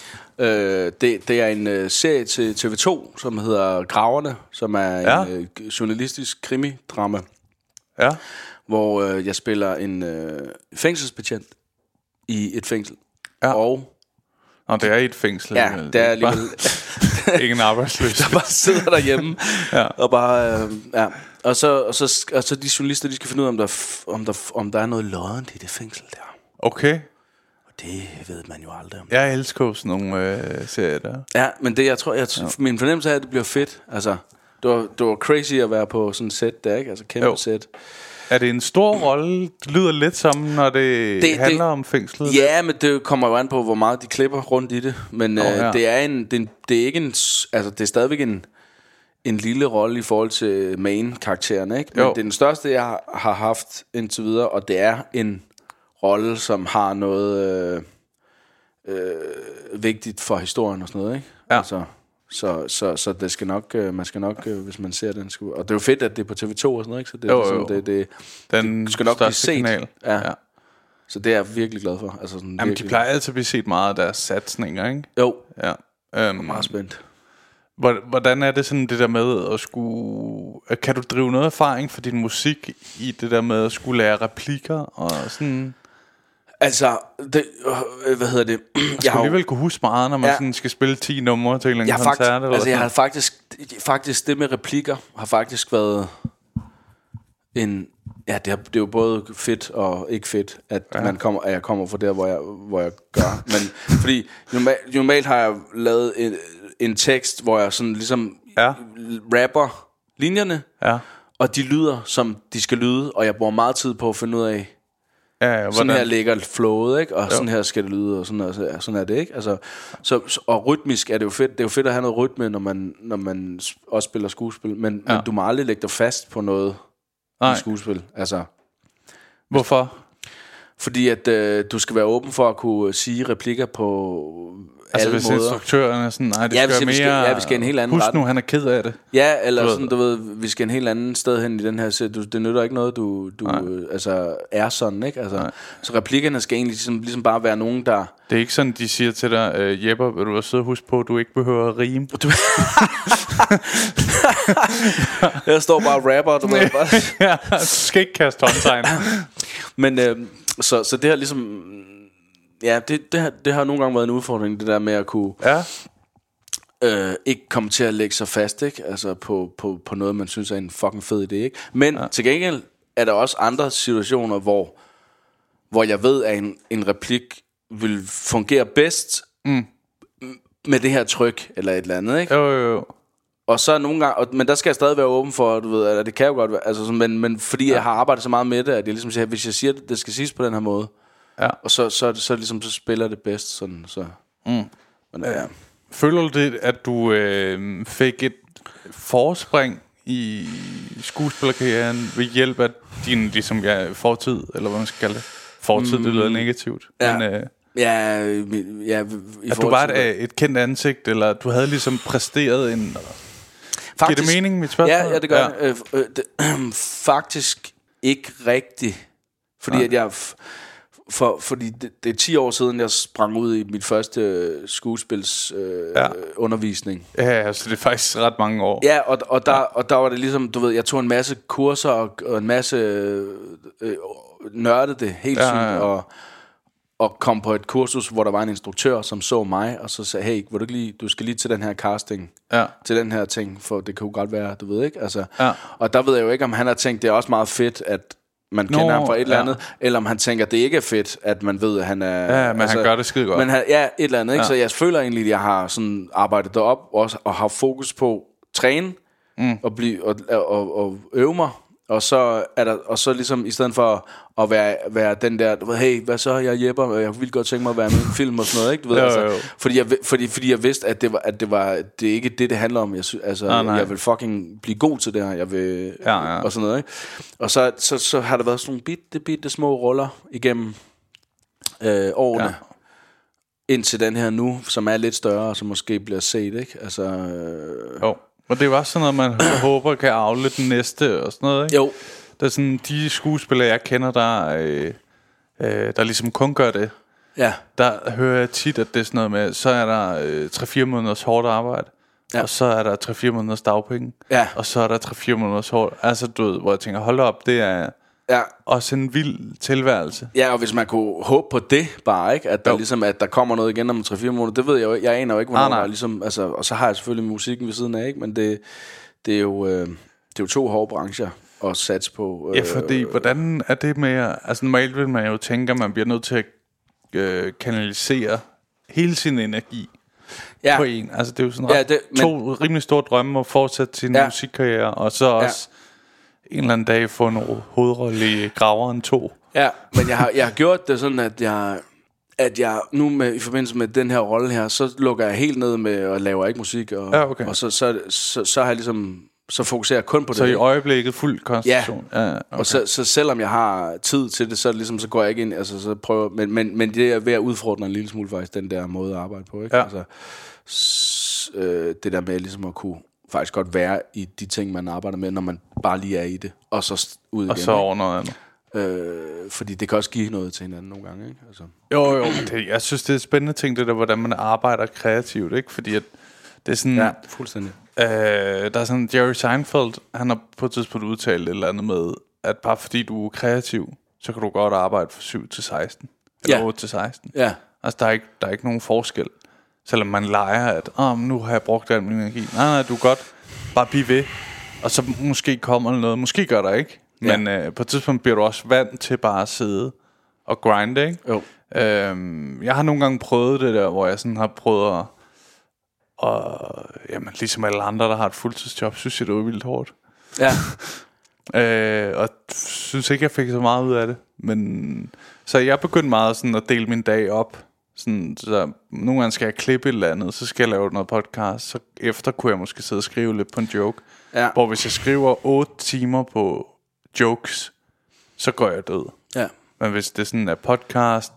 Øh, det, det er en øh, serie til T V to, som hedder Graverne, som er Ja. en øh, journalistisk krimidrama, Ja. hvor øh, jeg spiller en øh, fængselsbetjent i et fængsel. Ja. Og Og det er i et fængsel. ja, det er alligevel... bare ingen arbejdsløs. der bare sidder derhjemme Ja. og bare øh, ja. Og så og så og så de journalister, de skal finde ud af, om der f- om der om der er noget loddent i det fængsel der. Okay. Og det ved man jo aldrig om. Jeg elsker jo sådan nogle øh, serier der. Ja, men det jeg tror, jeg, ja. min fornemmelse er, at det bliver fedt. Altså, det var, det var crazy at være på sådan et set der, ikke? Altså kæmpe Jo. set. Er det en stor rolle? Det lyder lidt som, når det, Det- handler det- om fængslet. Ja, men det kommer jo an på, hvor meget de klipper rundt i det. Men Nå, øh, ja. det er en, det, er en- det er ikke en, s- altså det er stadigvæk en en lille rolle i forhold til main-karakteren, ikke? Men Jo. det er den største, jeg har, har haft indtil videre, og det er en rolle, som har noget øh, øh, vigtigt for historien og sådan noget, ikke? Ja. Altså, så, så, så det skal nok, øh, man skal nok, øh, hvis man ser den, skulle, og det er jo fedt, at det er på T V to og sådan noget, ikke? Så det, er Jo, ligesom, jo. det, det, Den det skal nok blive største set. kanal. Ja. Ja. Så det er jeg virkelig glad for. Altså sådan Jamen, de virkelig. plejer altid at blive set meget af deres satsninger, ikke? Jo, Ja. Øhm, meget spændt. hvor- hvordan er det sådan det der med at skulle... Kan du drive noget erfaring for din musik i det der med at skulle lære replikker og sådan... Altså, det, øh, hvad hedder det? Jeg Jeg skal har, jo- alligevel kunne huske meget, når man Ja. sådan skal spille ti numre til en eller jeg anden har koncert. faktisk, Eller altså, jeg har sådan. faktisk, faktisk det med replikker har faktisk været en, ja, det er, det er jo både fedt og ikke fedt, at ja. man kommer, at jeg kommer fra der, hvor jeg, hvor jeg gør. Men fordi normalt, normalt har jeg lavet en, en tekst, hvor jeg sådan ligesom Ja. rapper linjerne, Ja. og de lyder, som de skal lyde, og jeg bruger meget tid på at finde ud af, Ja, ja, sådan her hvordan? ligger flowet, ikke? Og jo. Sådan her skal det lyde, og sådan, og så- sådan er det, ikke? Altså, så, så- og rytmisk er det jo fedt. Det er jo fedt at have noget rytme, når man, når man s- også spiller skuespil. Men, ja. men du må aldrig lægge dig fast på noget Nej. i skuespil. Altså, Hvorfor? fordi at øh, du skal være åben for at kunne sige replikker på Altså alle hvis måder. instruktøren er sådan, nej, det Ja, skal hvis være vi skal- mere... ja, vi skal en helt anden Husk retning. nu, han er ked af det. Ja, eller Du ved- sådan, du ved, vi skal en helt anden sted hen i den her serie. Du, det nytter ikke noget, du, du øh, altså, er sådan, ikke? Altså, så replikkerne skal egentlig ligesom, ligesom bare være nogen, der... Det er ikke sådan, de siger til dig, øh, Jepper, vil du sidde og huske på, at du ikke behøver at rime? Du... Jeg står bare og rapper, du ved bare. Ja, du skal ikke kaste håndtegn. Men øh, så, så det har ligesom... Ja, det, det, har, det har nogle gange været en udfordring, det der med at kunne Ja, øh, ikke komme til at lægge sig fast, ikke? Altså på, på, på noget, man synes er en fucking fed idé, ikke? Men ja. til gengæld er der også andre situationer, hvor, hvor jeg ved, at en, en replik vil fungere bedst mm. med det her tryk, eller et eller andet, ikke? jo, jo, jo. Og så nogle gange, og, men der skal jeg stadig være åben for, du ved, at det kan jo godt være, altså sådan, men, men fordi ja. jeg har arbejdet så meget med det, at jeg ligesom siger, hvis jeg siger det, det skal siges på den her måde, Ja. og så, så, så, så ligesom så spiller det bedst, sådan, så. Mm. Men, ja. Føler du det, at du øh, fik et forspring i skuespillerkarrieren ved hjælp af din ligesom, ja, fortid, eller hvad man skal kalde det? Fortid, mm. det lyder negativt. Ja. Men, øh, Ja, ja, i at du var et, et kendt ansigt, eller du havde ligesom præsteret en... Giver det mening, mit spørgsmål? Ja, ja, det gør ja. Øh, øh, det, øh, faktisk ikke rigtigt. Fordi Nej. at jeg... f- For, fordi det, det er ti år siden, jeg sprang ud i mit første skuespils øh, Ja. ja. undervisning. Ja, altså det er faktisk ret mange år. Ja, og, og, der, og der var det ligesom, du ved, jeg tog en masse kurser og, og en masse øh, øh, nørdede det helt Ja, sygt, ja, ja. og, og kom på et kursus, hvor der var en instruktør, som så mig, og så sagde, hey, vil du ikke lige, du skal lige til den her casting, Ja. til den her ting, for det kunne godt være, du ved ikke, altså, Ja. og der ved jeg jo ikke, om han har tænkt, det er også meget fedt, at man Nå, kender ham fra et eller ja. andet, eller om han tænker, det ikke er fedt, at man ved, at han er... Ja, men han gør det skide godt. Men han, ja, et eller andet, ikke? Ja. Så jeg føler egentlig, at jeg har sådan arbejdet derop, også, og har fokus på træne, mm. og, blive, og, og, og øve mig, og så er der, og så ligesom i stedet for at være, være den der, du ved, hey, hvad så, jeg Jepper, og jeg vil godt tænke mig at være med i en film og sådan noget, ikke? Du ved, Jo, altså, jo. fordi, jeg, fordi, fordi jeg vidste, at det var, at det var, det er ikke det, det handler om. Jeg, sy- altså, Nej, nej. jeg vil fucking blive god til det her, jeg vil, Ja, ja. og sådan noget, ikke? Og så, så, så har der været sådan nogle bitte, bitte små ruller igennem øh, årene. Ja. Indtil den her nu, som er lidt større, som måske bliver set, ikke? Altså, øh, Jo. Og det er jo også sådan noget, man håber kan afle den næste og sådan noget, ikke? jo, Der er sådan, de skuespillere, jeg kender, der, øh, øh, der ligesom kun gør det. ja, Der hører jeg tit, at det er sådan noget med, så er der øh, tre fire måneders hårdt arbejde, Ja. ja. og så er der tre fire måneders dagpenge, Ja. og så er der tre fire måneders hårdt. Altså, du ved, hvor jeg tænker, hold op, det er ja. også en vild tilværelse. Ja, og hvis man kunne håbe på det bare, ikke? At der Jo. ligesom, at der kommer noget igen om tre fire måneder, det ved jeg jo ikke. Jeg aner jo ikke, hvornår Nej, nej. der ligesom, altså, og så har jeg selvfølgelig musikken ved siden af, ikke? Men det, det er jo, øh, det er jo to hårde brancher at satse på. Øh, Ja, fordi hvordan er det med, altså normalt vil man jo tænke, at man bliver nødt til at øh, kanalisere hele sin energi ja, på en. Altså det er jo sådan Ja, ret, det- men- to rimelig store drømme at fortsætte sin Ja. ja. musikkarriere, og så også en eller anden dag få en hovedrolle i Graveren to. ja, men jeg har, jeg har gjort det sådan, at jeg, at jeg nu med, i forbindelse med den her rolle her, så lukker jeg helt ned med at lave ikke musik, og, Ja, okay. og så, så, så, så har jeg ligesom, så fokuserer jeg kun på Så det. i øjeblikket fuld koncentration. Ja, ja, okay. Og så, så selvom jeg har tid til det, så, er det ligesom, så går jeg ikke ind, altså så prøver, men, men, men det er ved at udfordre en lille smule faktisk, den der måde at arbejde på, ikke? Ja. Altså, s, øh, det der med ligesom at kunne faktisk godt være i de ting, man arbejder med, når man bare lige er i det, og så s- ud igen. Og så over noget andet. Øh, fordi det kan også give noget til hinanden nogle gange, ikke? Altså. Jo, jo, men det, jeg synes, det er spændende ting, det der, hvordan man arbejder kreativt, ikke? Fordi at det er sådan... Ja, fuldstændig. Øh, der er sådan Jerry Seinfeld, han har på et tidspunkt udtalt et eller andet med, at bare fordi du er kreativ, så kan du godt arbejde fra syv til seksten. Eller Ja. otte til seksten. Ja, Altså der er, ikke, der er ikke nogen forskel. Selvom man leger, at oh, nu har jeg brugt al min energi. Nej, nej, du kan godt bare blive ved. Og så måske kommer der noget. Måske gør der ikke. Ja. Men øh, på et tidspunkt bliver du også vant til bare at sidde og grinde, ikke? jo. Øhm, jeg har nogle gange prøvet det der, hvor jeg sådan har prøvet at... Og jamen, ligesom alle andre, der har et fuldtidsjob, synes jeg, det var vildt hårdt. Ja, Øh, og synes ikke, jeg fik så meget ud af det. Men så jeg begyndte meget sådan at dele min dag op. Sådan, så nogle gange skal jeg klippe et eller andet, så skal jeg lave noget podcast. Så efter kunne jeg måske sidde og skrive lidt på en joke. ja, Hvor hvis jeg skriver otte timer på jokes, så går jeg død. ja. Men hvis det sådan er podcast,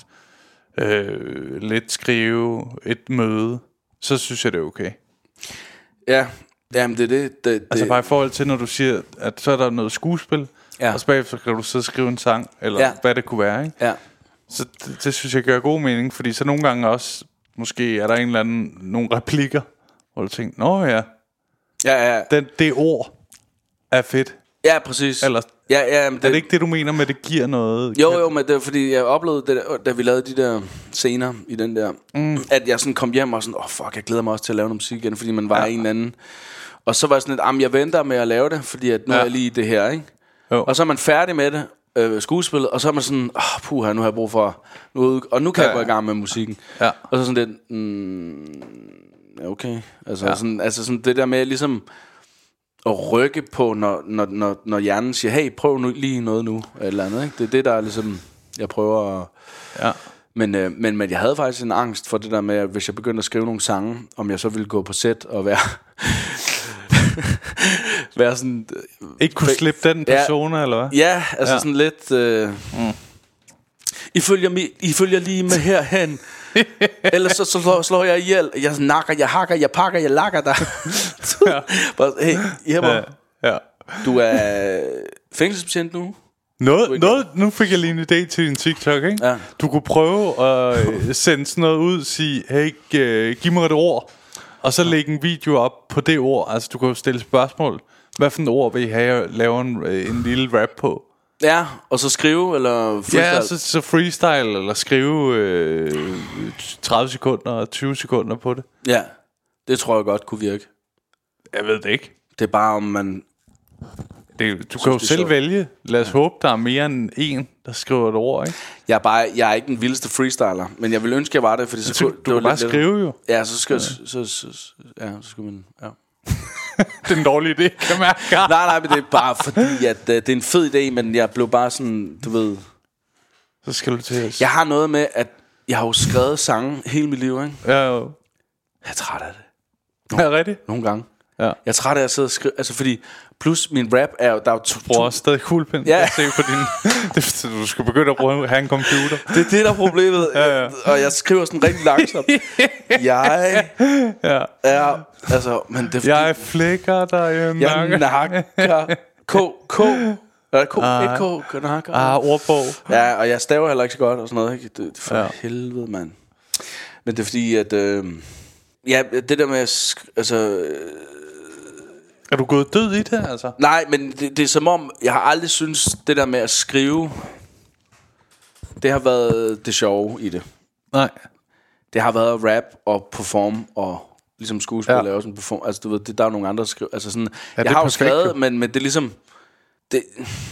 øh, lidt skrive, et møde, så synes jeg, det er okay. Ja, jamen det er det. det, det Altså bare i forhold til, når du siger, at så er der noget skuespil, Ja. og så bagefter kan du så skrive en sang, eller Ja. ja. hvad det kunne være, ikke? Ja, Så det, det synes jeg gør god mening, fordi så nogle gange også, måske er der en eller anden, nogle replikker, hvor du tænker, nå ja, ja, ja, den, det ord er fedt. ja, præcis. Eller ja, ja, men er det ikke det, du mener med, at det giver noget? Jo, jo, men det er fordi, jeg oplevede det, der, da vi lavede de der scener i den der, mm. at jeg sådan kom hjem og sådan, åh oh, fuck, jeg glæder mig også til at lave noget musik igen, fordi man var ja. en eller anden. Og så var jeg sådan lidt, jamen jeg venter med at lave det, fordi at nu ja. er jeg lige i det her, ikke? Jo. Og så er man færdig med det, øh, skuespillet, og så er man sådan, åh oh, puha, nu har jeg brug for, nu, og nu kan ja. jeg gå i gang med musikken. Ja. Og så sådan lidt, mm, okay, altså, Ja. sådan, altså sådan det der med ligesom at rykke på, når, når, når, når hjernen siger, hey, prøv nu lige noget nu, eller andet, ikke? Det er det, der er ligesom, jeg prøver at... Ja. Men, øh, men, men jeg havde faktisk en angst for det der med, at hvis jeg begyndte at skrive nogle sange, om jeg så ville gå på set og være... være sådan... Ikke kunne slippe den persona, ja, eller hvad? Ja, altså ja. Ja. sådan lidt... Øh, mm. I, følger mi, I følger lige med herhen. Ellers så, så slår, slår jeg ihjel. Jeg nakker, jeg hakker, jeg pakker, jeg lakker dig. Ja. Bare, hey, Jepper, Ja. Ja. du er fængselsbetjent nu. Noget, noget, nu fik jeg lige en idé til din TikTok, ikke? Ja. Du kunne prøve at øh, sende sådan noget ud, sige, hey, g- giv mig et ord, og så lægge en video op på det ord. Altså, du kan jo stille spørgsmål. Hvad for et ord vil I have, jeg laver en, en lille rap på? Ja, og så skrive, eller freestyle? Ja, så, så freestyle, eller skrive øh, tredive sekunder og tyve sekunder på det. Ja, det tror jeg godt kunne virke. Jeg ved det ikke. Det er bare, om man... Det, du kan jo selv sjovt. Vælge. Lad os ja. håbe, der er mere end en, der skriver et ord, ikke? Jeg er, bare, jeg er ikke den vildeste freestyler, men jeg vil ønske, jeg var det, fordi så... Så, du kan bare lidt, skrive jo. Ja, så skal, ja. Så, så, så, ja, så skal man... Ja. Det er en dårlig idé, kan jeg mærke. nej, nej, men det er bare fordi, at uh, det er en fed idé, men jeg blev bare sådan, du ved... Så skal du til at... Jeg har noget med, at jeg har jo skrevet sange hele mit liv, ikke? Ja, jo. Jeg er træt af det. Nogle, er det rigtigt? Nogle gange. Ja. Jeg er træt af at sidde og skrive, altså fordi... Plus min rap er jo, der er jo to... Du bruger også stadig kuglepen. Ja. Jeg ser på din... Du skal begynde at bruge, have en computer. Det er det, der er problemet. ja, ja. Og jeg skriver sådan rigtig langsomt. Jeg ja. er... Altså, men det er fordi, jeg flækker dig i nakken. Jeg nakker. K, K. Er K, ah, ikke K, nakker. Ah, ordbog. Ja, og jeg staver heller ikke så godt og sådan noget, ikke? Det, det for ja. helvede, mand. Men det er fordi, at... Øh, ja, det der med... Altså... Øh, er du gået død i det, altså? Nej, men det, det er som om, jeg har aldrig syntes, det der med at skrive, det har været det sjove i det. Nej. Det har været rap og perform og ligesom skuespil ja. Lave sådan perform. Altså du ved, det, der er nogle andre, der skriver. Altså sådan, ja, jeg har jo skrevet, men, men det er ligesom, det,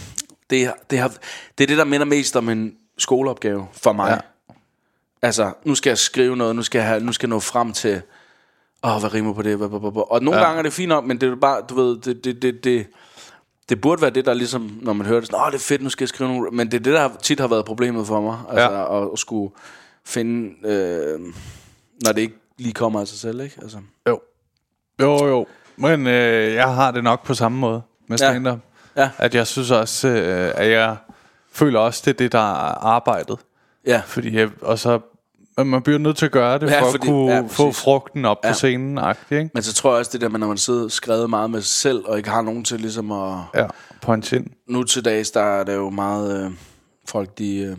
det, det, har, det er det, der minder mest om en skoleopgave for mig. Ja. Altså, nu skal jeg skrive noget, nu skal jeg, have, nu skal jeg nå frem til... Åh, oh, hvad rimer på det? Og nogle ja. gange er det fint nok, men det er bare, du ved, det, det, det, det, det burde være det, der ligesom, når man hører det sådan, åh, oh, det er fedt, nu skal jeg skrive nogle... Men det er det, der tit har været problemet for mig, altså ja. at, at skulle finde, øh, når det ikke lige kommer af sig selv, ikke? Altså. Jo, jo, jo. Men øh, jeg har det nok på samme måde med stand-up, ja. Ja. At jeg synes også, øh, at jeg føler også, det er det, der er arbejdet. Ja. Fordi jeg, og så... Man bliver nødt til at gøre det, ja, for fordi, at kunne ja, få frugten op ja. på scenen, ikke? Men så tror jeg også det der med, når man sidder skrevet meget med sig selv, og ikke har nogen til ligesom at... Ja, point ind. Nu til dags, der er det jo meget... Øh, folk, de, øh,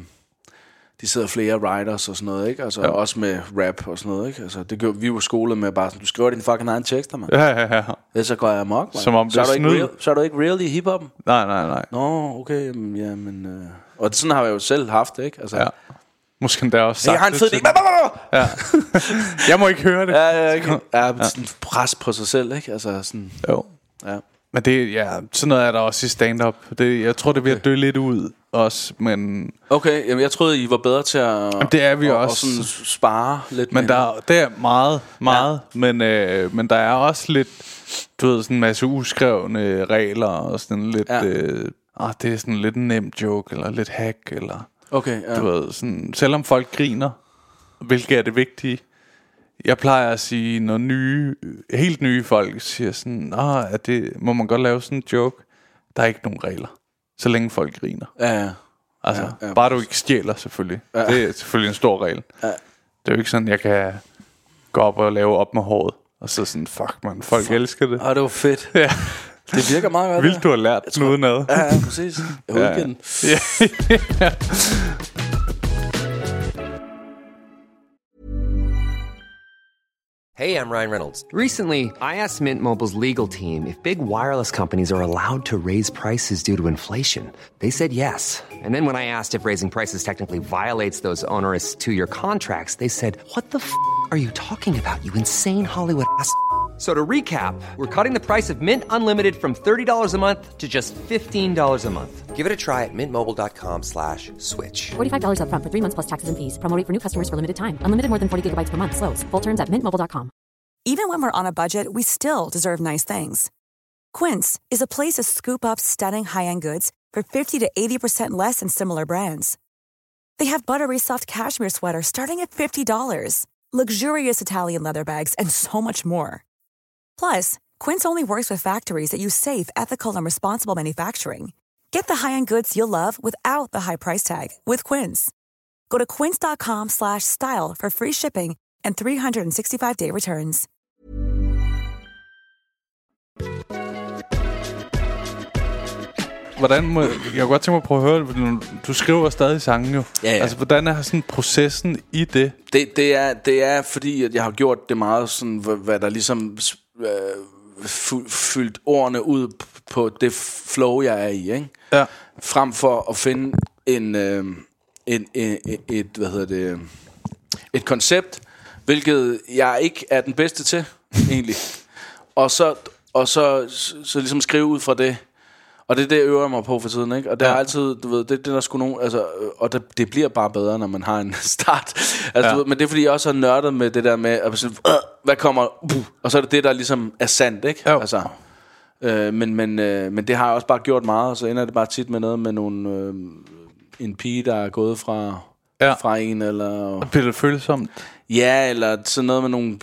de sidder flere writers og sådan noget, ikke? Altså ja. Også med rap og sådan noget, ikke? Altså det gør vi jo skolet med bare sådan, du skriver din fucking egen tekster, mand. Ja, ja, ja. Ellers så går jeg amok, man. Som om det så, er er du ikke real, så er du ikke real i hiphoppen? Nej, nej, nej. Nå, okay, jamen, ja, men... Øh, og sådan har jeg jo selv haft det, ikke? Altså... Ja. Måske endda også sagt hey, jeg har en fed idé. Ja. Jeg må ikke høre det. Ja, ja, okay. Ja, ja. Sådan pres på sig selv, ikke? Altså sådan. Jo. Ja. Men det, ja, sådan noget er der også i stand-up. Det, jeg tror, det bliver okay. dø lidt ud også, men... Okay, jamen jeg troede, I var bedre til at... Jamen, det er vi og, også. Og sådan spare lidt. Men der, der er meget, meget. Ja. Men, øh, men der er også lidt, du ved, sådan en masse uskrevne regler og sådan lidt... Ja. Øh, ah, det er sådan lidt en nem joke, eller lidt hack, eller... Okay, ja. Du ved, sådan, selvom folk griner, hvilket er det vigtige. Jeg plejer at sige, når nye, helt nye folk siger sådan, ah, er det, må man godt lave sådan en joke? Der er ikke nogen regler, så længe folk griner. Ja, ja. Altså, ja, ja, bare du ikke stjæler, selvfølgelig. Ja. Det er selvfølgelig en stor regel. Ja. Det er jo ikke sådan, jeg kan gå op og lave op med håret, og så sådan, fuck man, folk fuck. elsker det. Ah, det var fedt. Ja. Det virker meget godt. Vildt, du har lært den udenad. Ja, ja, præcis. Jeg ja. ja. ja. Hey, I'm Ryan Reynolds. Recently, I asked Mint Mobile's legal team if big wireless companies are allowed to raise prices due to inflation. They said yes. And then when I asked if raising prices technically violates those onerous two-year contracts, they said, what the f*** are you talking about, you insane Hollywood ass f- So to recap, we're cutting the price of Mint Unlimited from thirty dollars a month to just fifteen dollars a month. Give it a try at mintmobile.com slash switch. forty-five dollars up front for three months plus taxes and fees. Promo rate for new customers for limited time. Unlimited more than forty gigabytes per month. Slows full terms at mint mobile dot com. Even when we're on a budget, we still deserve nice things. Quince is a place to scoop up stunning high-end goods for fifty to eighty percent less than similar brands. They have buttery soft cashmere sweaters starting at fifty dollars, luxurious Italian leather bags, and so much more. Plus, Quince only works with factories that use safe, ethical, and responsible manufacturing. Get the high-end goods you'll love without the high price tag with Quince. Go to quince.com slash style for free shipping and three sixty-five day returns. Hvordan må, jeg kan godt tænke mig at prøve at høre, du skriver stadig sange jo. Ja, ja. Altså, hvordan er sådan processen i det? Det, det, er, det er fordi, at jeg har gjort det meget sådan, hvad der ligesom øh, fyldt ordene ud på det flow, jeg er i, ikke? Ja. frem for at finde en, øh, en, en et, et hvad hedder det, et koncept, hvilket jeg ikke er den bedste til egentlig. Og så og så, så, så ligesom skrive ud fra det. Og det er det, jeg øver mig på for tiden, ikke? Og det er ja. altid, du ved, det, det der sgu nogen, altså, og det, det bliver bare bedre, når man har en start. Altså, ja. du ved, men det er fordi, jeg også har nørdet med det der med, at sådan, øh, hvad kommer, uh, og så er det det, der ligesom er sandt, ikke? Jo. Altså, øh, men, men, øh, men det har jeg også bare gjort meget, og så ender det bare tit med noget med nogle, øh, en pige, der er gået fra, ja. fra en, eller... Bliver det følsomt? Ja, eller sådan noget med nogle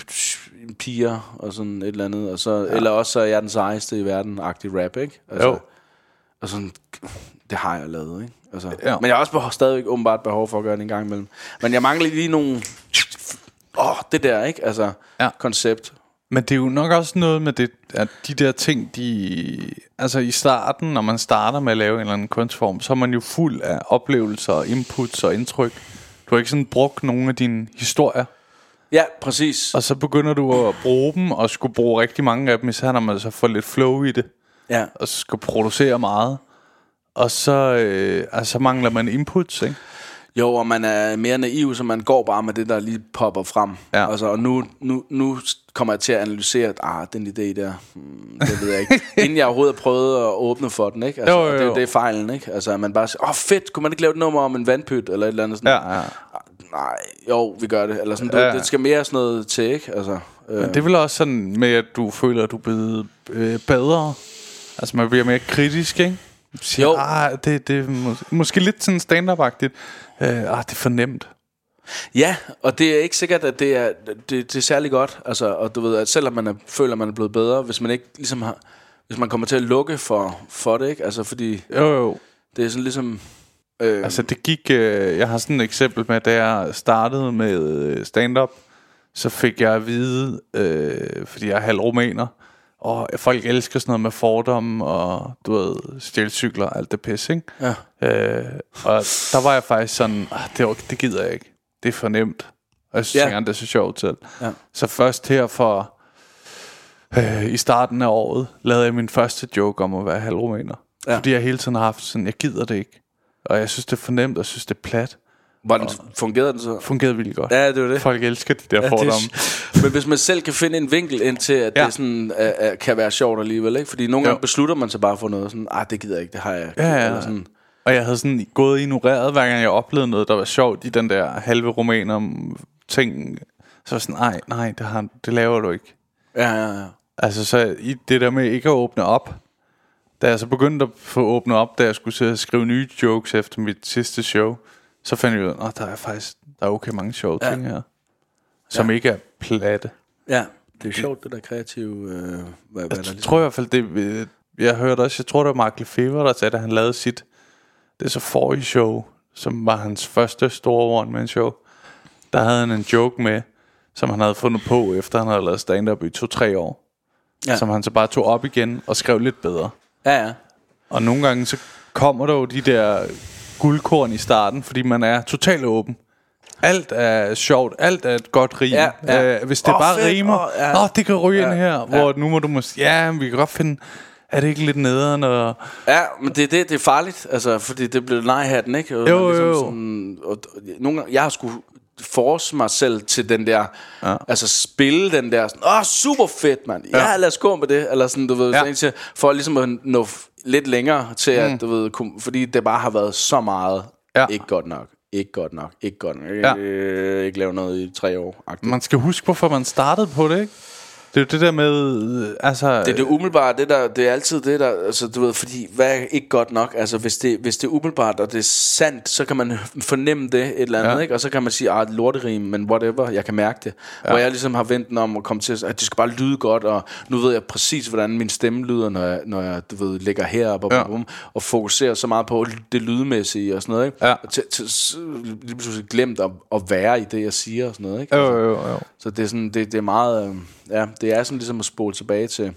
piger, og sådan et eller andet, og så, ja. eller også så er jeg den sejeste i verden-agtig rap, ikke? Altså, jo. Og sådan, det har jeg lavet, ikke? Altså, ja. Men jeg har også behov, stadigvæk åbenbart behov for at gøre det en gang imellem. Men jeg mangler lige nogle... Åh, oh, det der, ikke? Altså, ja. koncept. Men det er jo nok også noget med det, at de der ting, de... Altså i starten, når man starter med at lave en eller anden kunstform, så er man jo fuld af oplevelser, inputs og indtryk. Du har ikke sådan brugt nogle af dine historier. Ja, præcis. Og så begynder du at bruge dem, og skulle bruge rigtig mange af dem, især når man så får lidt flow i det. Ja. Og så skal producere meget. Og så, øh, altså, så mangler man inputs, ikke? Jo, og man er mere naiv, så man går bare med det, der lige popper frem. Ja. Altså, og nu, nu, nu kommer jeg til at analysere, at ah, den idé der, hmm, det ved jeg ikke. Inden jeg overhovedet har prøvet at åbne for den, ikke? Altså, jo, jo, jo. Det, det er fejlen, ikke? Altså, at man bare siger, åh oh, fedt, kunne man ikke lave et nummer om en vandpyt, eller et eller andet sådan. Ja, ja. Nej, jo, vi gør det. Eller sådan, du, ja. Det skal mere sådan noget til, ikke? Altså, øh. Men det er vel også sådan med, at du føler, at du er blevet øh, bedre. Altså, man bliver mere kritisk, ikke? Siger, jo. Ah, det, det er mås- måske lidt sådan stand-up-agtigt. Øh, ah, det er for nemt. Ja, og det er ikke sikkert, at det er, det, det er særlig godt. Altså, og du ved, at selvom man er, føler, at man er blevet bedre, hvis man ikke ligesom har, hvis man kommer til at lukke for, for det, ikke? Altså, fordi jo, jo. Det er sådan ligesom... Øh, altså, det gik... Øh, jeg har sådan et eksempel med, da jeg startede med stand-up, så fik jeg at vide, øh, fordi jeg er halv rumæner, og folk elsker sådan noget med fordomme og, du ved, stjælcykler og alt det pis, ikke? Ja. Øh, og der var jeg faktisk sådan, ah, det, var, det gider jeg ikke. Det er for nemt. Og jeg synes ja. ikke, det er så sjovt til. Ja. Så først her for, øh, i starten af året, lavede jeg min første joke om at være halv rumæner. Ja. Fordi jeg hele tiden har haft sådan, jeg gider det ikke. Og jeg synes, det er for nemt, og jeg synes, det er plat. Hvordan fungerede den så? Fungerede virkelig godt. Ja, det var det. Folk elsker de der ja, fordomme. Det, men hvis man selv kan finde en vinkel ind til, at ja. det sådan, uh, uh, kan være sjovt alligevel, ikke? Fordi nogle jo. gange beslutter man sig bare for noget sådan, ah, det gider jeg ikke, det har jeg ikke. Ja, ja. Eller sådan. Og jeg havde sådan gået og ignoreret, hver gang jeg oplevede noget, der var sjovt i den der halve romaner ting. Så var sådan, nej, nej, det, har, det laver du ikke. Ja, ja, ja. Altså, så i det der med ikke at åbne op, da jeg så begyndte at få åbnet op, da jeg skulle skrive nye jokes efter mit sidste show, så fandt jeg ud af, at der er faktisk der er okay mange sjove ja. ting her, som ja. ikke er platte. Ja, det er sjovt, det der kreative... Øh, hvad, jeg hvad der ligesom... tror i hvert fald, det... Jeg hørte også, jeg tror, det var Mark Lefebvre, der sagde, at han lavede sit... Det er så forrige show, som var hans første store one-man-show. Der havde han en joke med, som han havde fundet på, efter han havde lavet stand-up i to-tre år. Ja. Som han så bare tog op igen og skrev lidt bedre. Ja, ja. Og nogle gange så kommer der jo de der guldkorn i starten, fordi man er totalt åben. Alt er sjovt, alt er et godt rim. Ja, ja. Øh, hvis det oh, bare fedt, rimer, åh, oh, ja. oh, det kan ryge ja, ind her. Hvor ja. nu må du måske, ja, vi kan godt finde, er det ikke lidt nederen? Og ja, men det, det, det er farligt, altså, fordi det bliver nej-hatten, ikke? Og jo, ligesom jo. Sådan, og, og, nogle gange, jeg har sgu force mig selv til den der, ja. altså spille den der, sådan, åh, super fedt, mand. Ja, ja, lad os gå med det, eller sådan, du ved, ja. sådan, for ligesom at nå lidt længere til, at, mm. du ved, fordi det bare har været så meget, ja. ikke godt nok. Ikke godt nok, ikke godt nok. Ja. Øh, ikke lave noget i tre år. Aktivt. Man skal huske, hvorfor man startede på det, ikke? Det er jo det der med, altså... Det er det umiddelbart, det der, det er altid det der, altså du ved, fordi, hvad er ikke godt nok? Altså hvis det, hvis det er umiddelbart, og det er sandt, så kan man fornemme det et eller andet, ja. ikke? Og så kan man sige, ah, lorterim, men whatever, jeg kan mærke det. Ja. Hvor jeg ligesom har vendt den om og komme til, at det skal bare lyde godt, og nu ved jeg præcis, hvordan min stemme lyder, når jeg, når jeg du ved, ligger heroppe og, ja. og fokuserer så meget på det lydmæssige og sådan noget, ikke? Ja. Og til, til, lige pludselig glemt at, at være i det, jeg siger og sådan noget, ikke? Altså, jo, jo, jo. Så det er sådan, det, det er meget... Øh, ja, det er sådan ligesom at spole tilbage til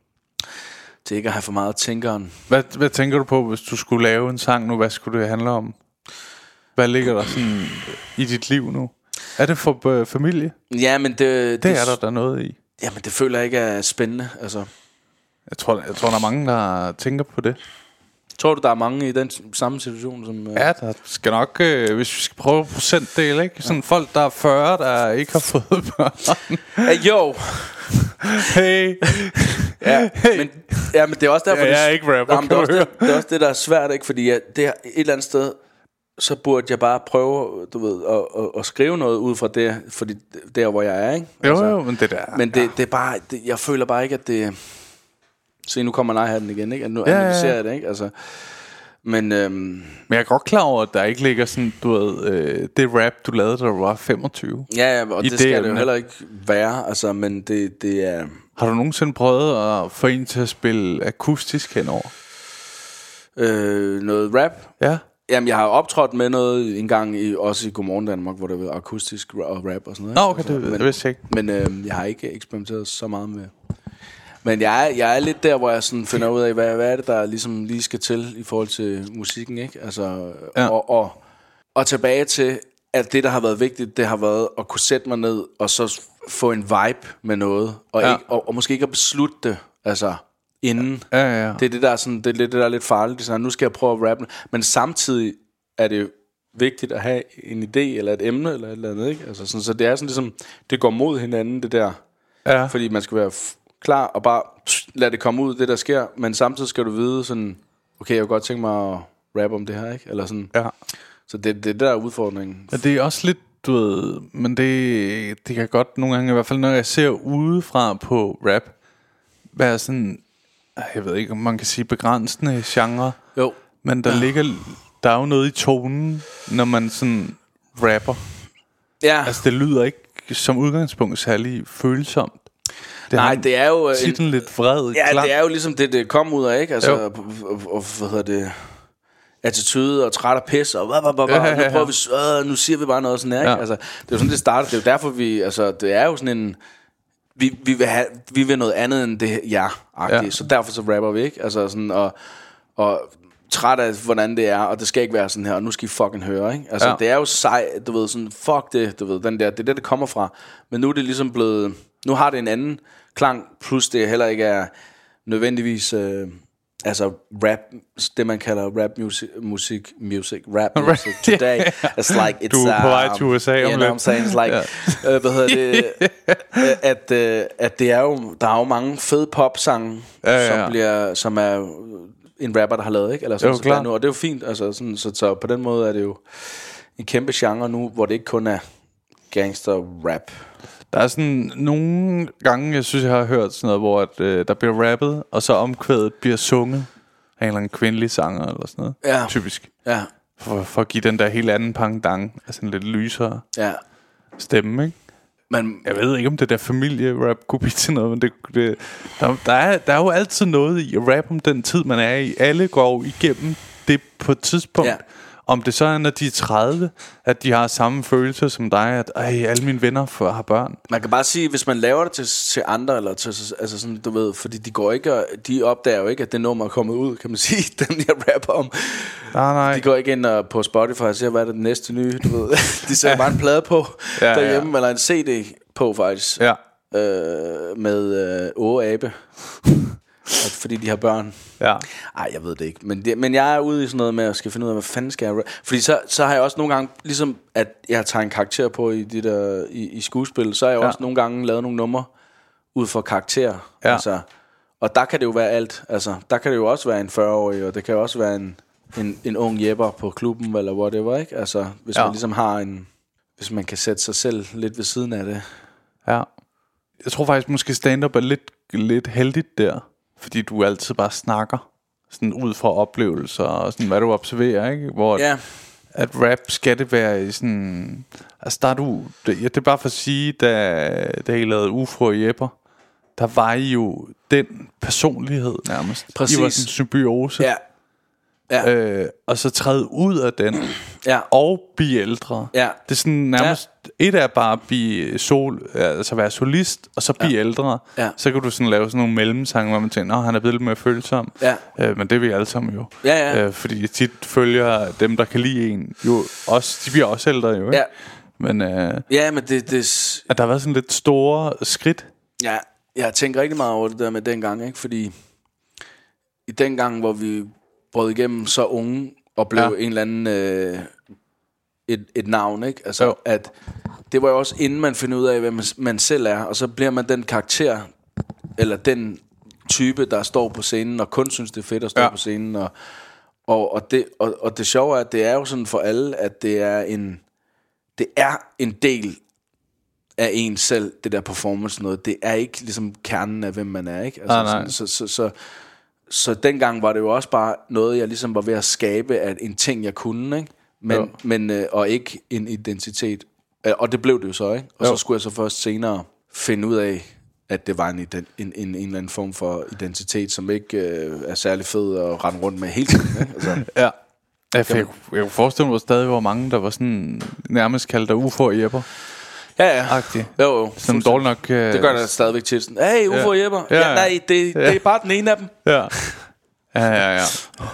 til ikke at have for meget tænkeren. Hvad, hvad tænker du på, hvis du skulle lave en sang nu? Hvad skulle det handle om? Hvad ligger der sådan i dit liv nu? Er det for øh, familie? Ja, men det, det, det er der der noget i. Jamen det føler jeg ikke er spændende, altså. Jeg tror, jeg tror der er mange der tænker på det. Tror du, der er mange i den samme situation som... Uh... Ja, der skal nok, øh, hvis vi skal prøve procentdel, ikke? Sådan ja. Folk, der er fyrre, der ikke har fået børn. Uh, jo. Hey. ja, men, ja, men det er også derfor... Ja, jeg er ikke rapper, jamen, det, er også det, det er også det, der er svært, ikke? Fordi ja, det er et eller andet sted... Så burde jeg bare prøve, du ved, at, at, at skrive noget ud fra det, fordi der hvor jeg er, ikke? Altså, jo, jo, men det der. Men det, ja. det er bare, det, jeg føler bare ikke, at det. Se, nu kommer nej-hatten igen, ikke? At nu ja, analyserer ja. jeg det, ikke? Altså, men, øhm, men jeg er godt klar over, at der ikke ligger sådan, du ved, øh, det rap du lavede, da du var femogtyve. Ja, ja, og det skal det jo heller ikke være, altså, men det, det er. Har du nogensinde prøvet at få en til at spille akustisk henover? Øh, noget rap? Ja. Jamen, jeg har optrådt med noget en gang i, også i Godmorgen Danmark, hvor det var akustisk og rap og sådan noget. Nå, okay, altså, det, men, det vidste jeg ikke. Men øh, jeg har ikke eksperimenteret så meget med. Men jeg er, jeg er lidt der, hvor jeg sådan finder ud af, hvad, hvad er det, der ligesom lige skal til i forhold til musikken, ikke? Altså, ja. og, og, og tilbage til, at det, der har været vigtigt, det har været at kunne sætte mig ned, og så få en vibe med noget, og, ja. ikke, og, og måske ikke at beslutte det, altså... inden. Ja, ja, ja. Det er det der er sådan, det er det der er lidt farligt. Det er sådan, nu skal jeg prøve at rappe, men samtidig er det vigtigt at have en idé eller et emne eller et eller andet, ikke? Altså sådan, så det er sådan ligesom det går mod hinanden det der. Ja. Fordi man skal være f- klar og bare pss, lade det komme ud det der sker, men samtidig skal du vide sådan, okay, jeg kunne godt tænke mig at rappe om det her, ikke? Eller sådan. Ja. Så det, det er der er udfordringen. Men det er også lidt, du ved, men det det kan godt nogle gange i hvert fald når jeg ser udefra på rap være sådan, jeg ved ikke om man kan sige begrænsende genre. Jo. Men der ja. ligger der er jo noget i tonen, når man sådan rapper. Ja. Altså det lyder ikke som udgangspunkt særlig følsomt. Det Nej, det er jo tit en lidt vred. Ja, klang. det er jo ligesom det det kom ud af, ikke? Altså og, og, og, hvad hedder det? Attitude og træt og pis og hvad hvad hvad. Ja, ja, ja. Nu prøver vi øh, nu siger vi bare noget sådan her, ikke? Ja. Altså det er jo sådan det starter. Det er jo derfor vi altså det er jo sådan en vi vi vil have vi vil noget andet end det ja, ja. Så derfor så rapper vi, ikke? Altså sådan og og træt af hvordan det er, og det skal ikke være sådan her, og nu skal I fucking høre, ikke? Altså ja. Det er jo sej, du ved, sådan fuck det, du ved, den der, det er det, det kommer fra. Men nu er det ligesom blevet, nu har det en anden klang, plus det heller ikke er nødvendigvis øh, altså rap, det man kalder rap music, music, music rap music today. It's like it's du er på vej til U S A om lidt. You know what I'm saying? It's like, yeah. øh, hvad hedder det, at, øh, at det er jo, der er jo mange fede popsange, ja, ja, ja. som bliver, som er en rapper, der har lavet, ikke? Eller sådan, så der nu, og det er jo fint, altså sådan, så, så på den måde er det jo en kæmpe genre nu, hvor det ikke kun er gangster rap. Der er sådan nogle gange, jeg synes, jeg har hørt sådan noget, hvor at, øh, der bliver rappet, og så omkvædet bliver sunget af en eller anden kvindelig sanger eller sådan noget. Ja. Typisk. Ja. For, for at give den der helt anden pangdang, altså en lidt lysere ja. stemme, ikke? Men jeg ved ikke, om det der familierap kunne blive til noget, men det, det, der, der, er, der er jo altid noget i at rap om den tid, man er i. Alle går igennem det på et tidspunkt. Ja. Om det så er, når de er tredive, at de har samme følelse som dig, at ej, alle mine venner for, har børn. Man kan bare sige, hvis man laver det til, til andre, eller til, altså sådan, du ved, fordi de går ikke, og, de opdager jo ikke, at det nummer er kommet ud, kan man sige, dem jeg rapper om. Nej, nej. De går ikke ind og på Spotify og siger, hvad er det næste nye, du ved. De sætter ja. bare en plade på ja, derhjemme, ja. eller en C D på faktisk, ja. øh, med øh, Åge Abe. At, fordi de har børn. Ja. Ej, jeg ved det ikke. Men, det, men jeg er ude i sådan noget med at skal finde ud af, hvad fanden skal jeg... Fordi så, så har jeg også nogle gange, ligesom at jeg tager en karakter på i, de der, i, i skuespil, så har jeg ja. også nogle gange lavet nogle numre ud fra karakterer. Ja. Altså, og der kan det jo være alt. Altså, der kan det jo også være en fyrre-årig, og det kan jo også være en, en, en ung jæpper på klubben, eller whatever, ikke? Altså, hvis ja. man ligesom har en... Hvis man kan sætte sig selv lidt ved siden af det. Ja. Jeg tror faktisk, måske stand-up er lidt, lidt heldigt der. Fordi du altid bare snakker sådan ud fra oplevelser og sådan, hvad du observerer, ikke? Hvor ja. at rap skal det være i sådan... Altså der er du... Det, ja, det er bare for at sige, da, da I lavede Ufro og Jepper, der var I jo den personlighed nærmest. Præcis. I var sådan en symbiose. Ja. Ja. Øh, og så træde ud af den ja. og blive ældre. Ja. Det er sådan nærmest ja. Et er bare at blive sol, altså være solist, og så blive ja. ældre. Ja. Så kan du sådan lave sådan nogle mellemsange, hvor man tænker, nå, han er blevet lidt mere følsom. Ja. øh, Men det er vi alle sammen jo. Ja, ja. øh, Fordi tit følger dem, der kan lide en jo også, de bliver også ældre jo, ikke? Ja. Men, øh, ja, men det, det at der har været sådan lidt store skridt. Ja, jeg tænker rigtig meget over det der med dengang, ikke? Fordi i den gang, hvor vi brød igennem så unge og blev Ja. en eller anden øh, et, et navn, ikke? Altså, Jo. at det var jo også inden man finder ud af, hvad man, man selv er, og så bliver man den karakter, eller den type, der står på scenen, og kun synes, det er fedt at stå Ja. på scenen, og, og, og, det, og, og det sjove er, at det er jo sådan for alle, at det er en, det er en del af en selv, det der performance noget. Det er ikke ligesom kernen af, hvem man er, ikke? Altså, Ah, nej. sådan, så, så, så, så dengang var det jo også bare noget, jeg ligesom var ved at skabe af en ting, jeg kunne, ikke? Men, Jo. men, øh, og ikke en identitet. Øh, Og det blev det jo så, ikke? Og Jo. så skulle jeg så først senere finde ud af, at det var en, ident- en, en, en eller anden form for identitet, som ikke øh, er særlig fed at rende rundt med hele tiden, ikke? Altså, Ja. Jeg, jeg, jeg kunne forestille mig stadig, hvor mange, der var sådan nærmest kaldt dig U F O og Jepper. ja, ja. Agtig. Jo, jo. Som dårligt nok... Øh, Det gør der stadigvæk til sådan, hey, Ufo og Jepper. Ja, Ja, ja. nej, det, det er bare den ene af dem. Ja. Ja, ja, ja.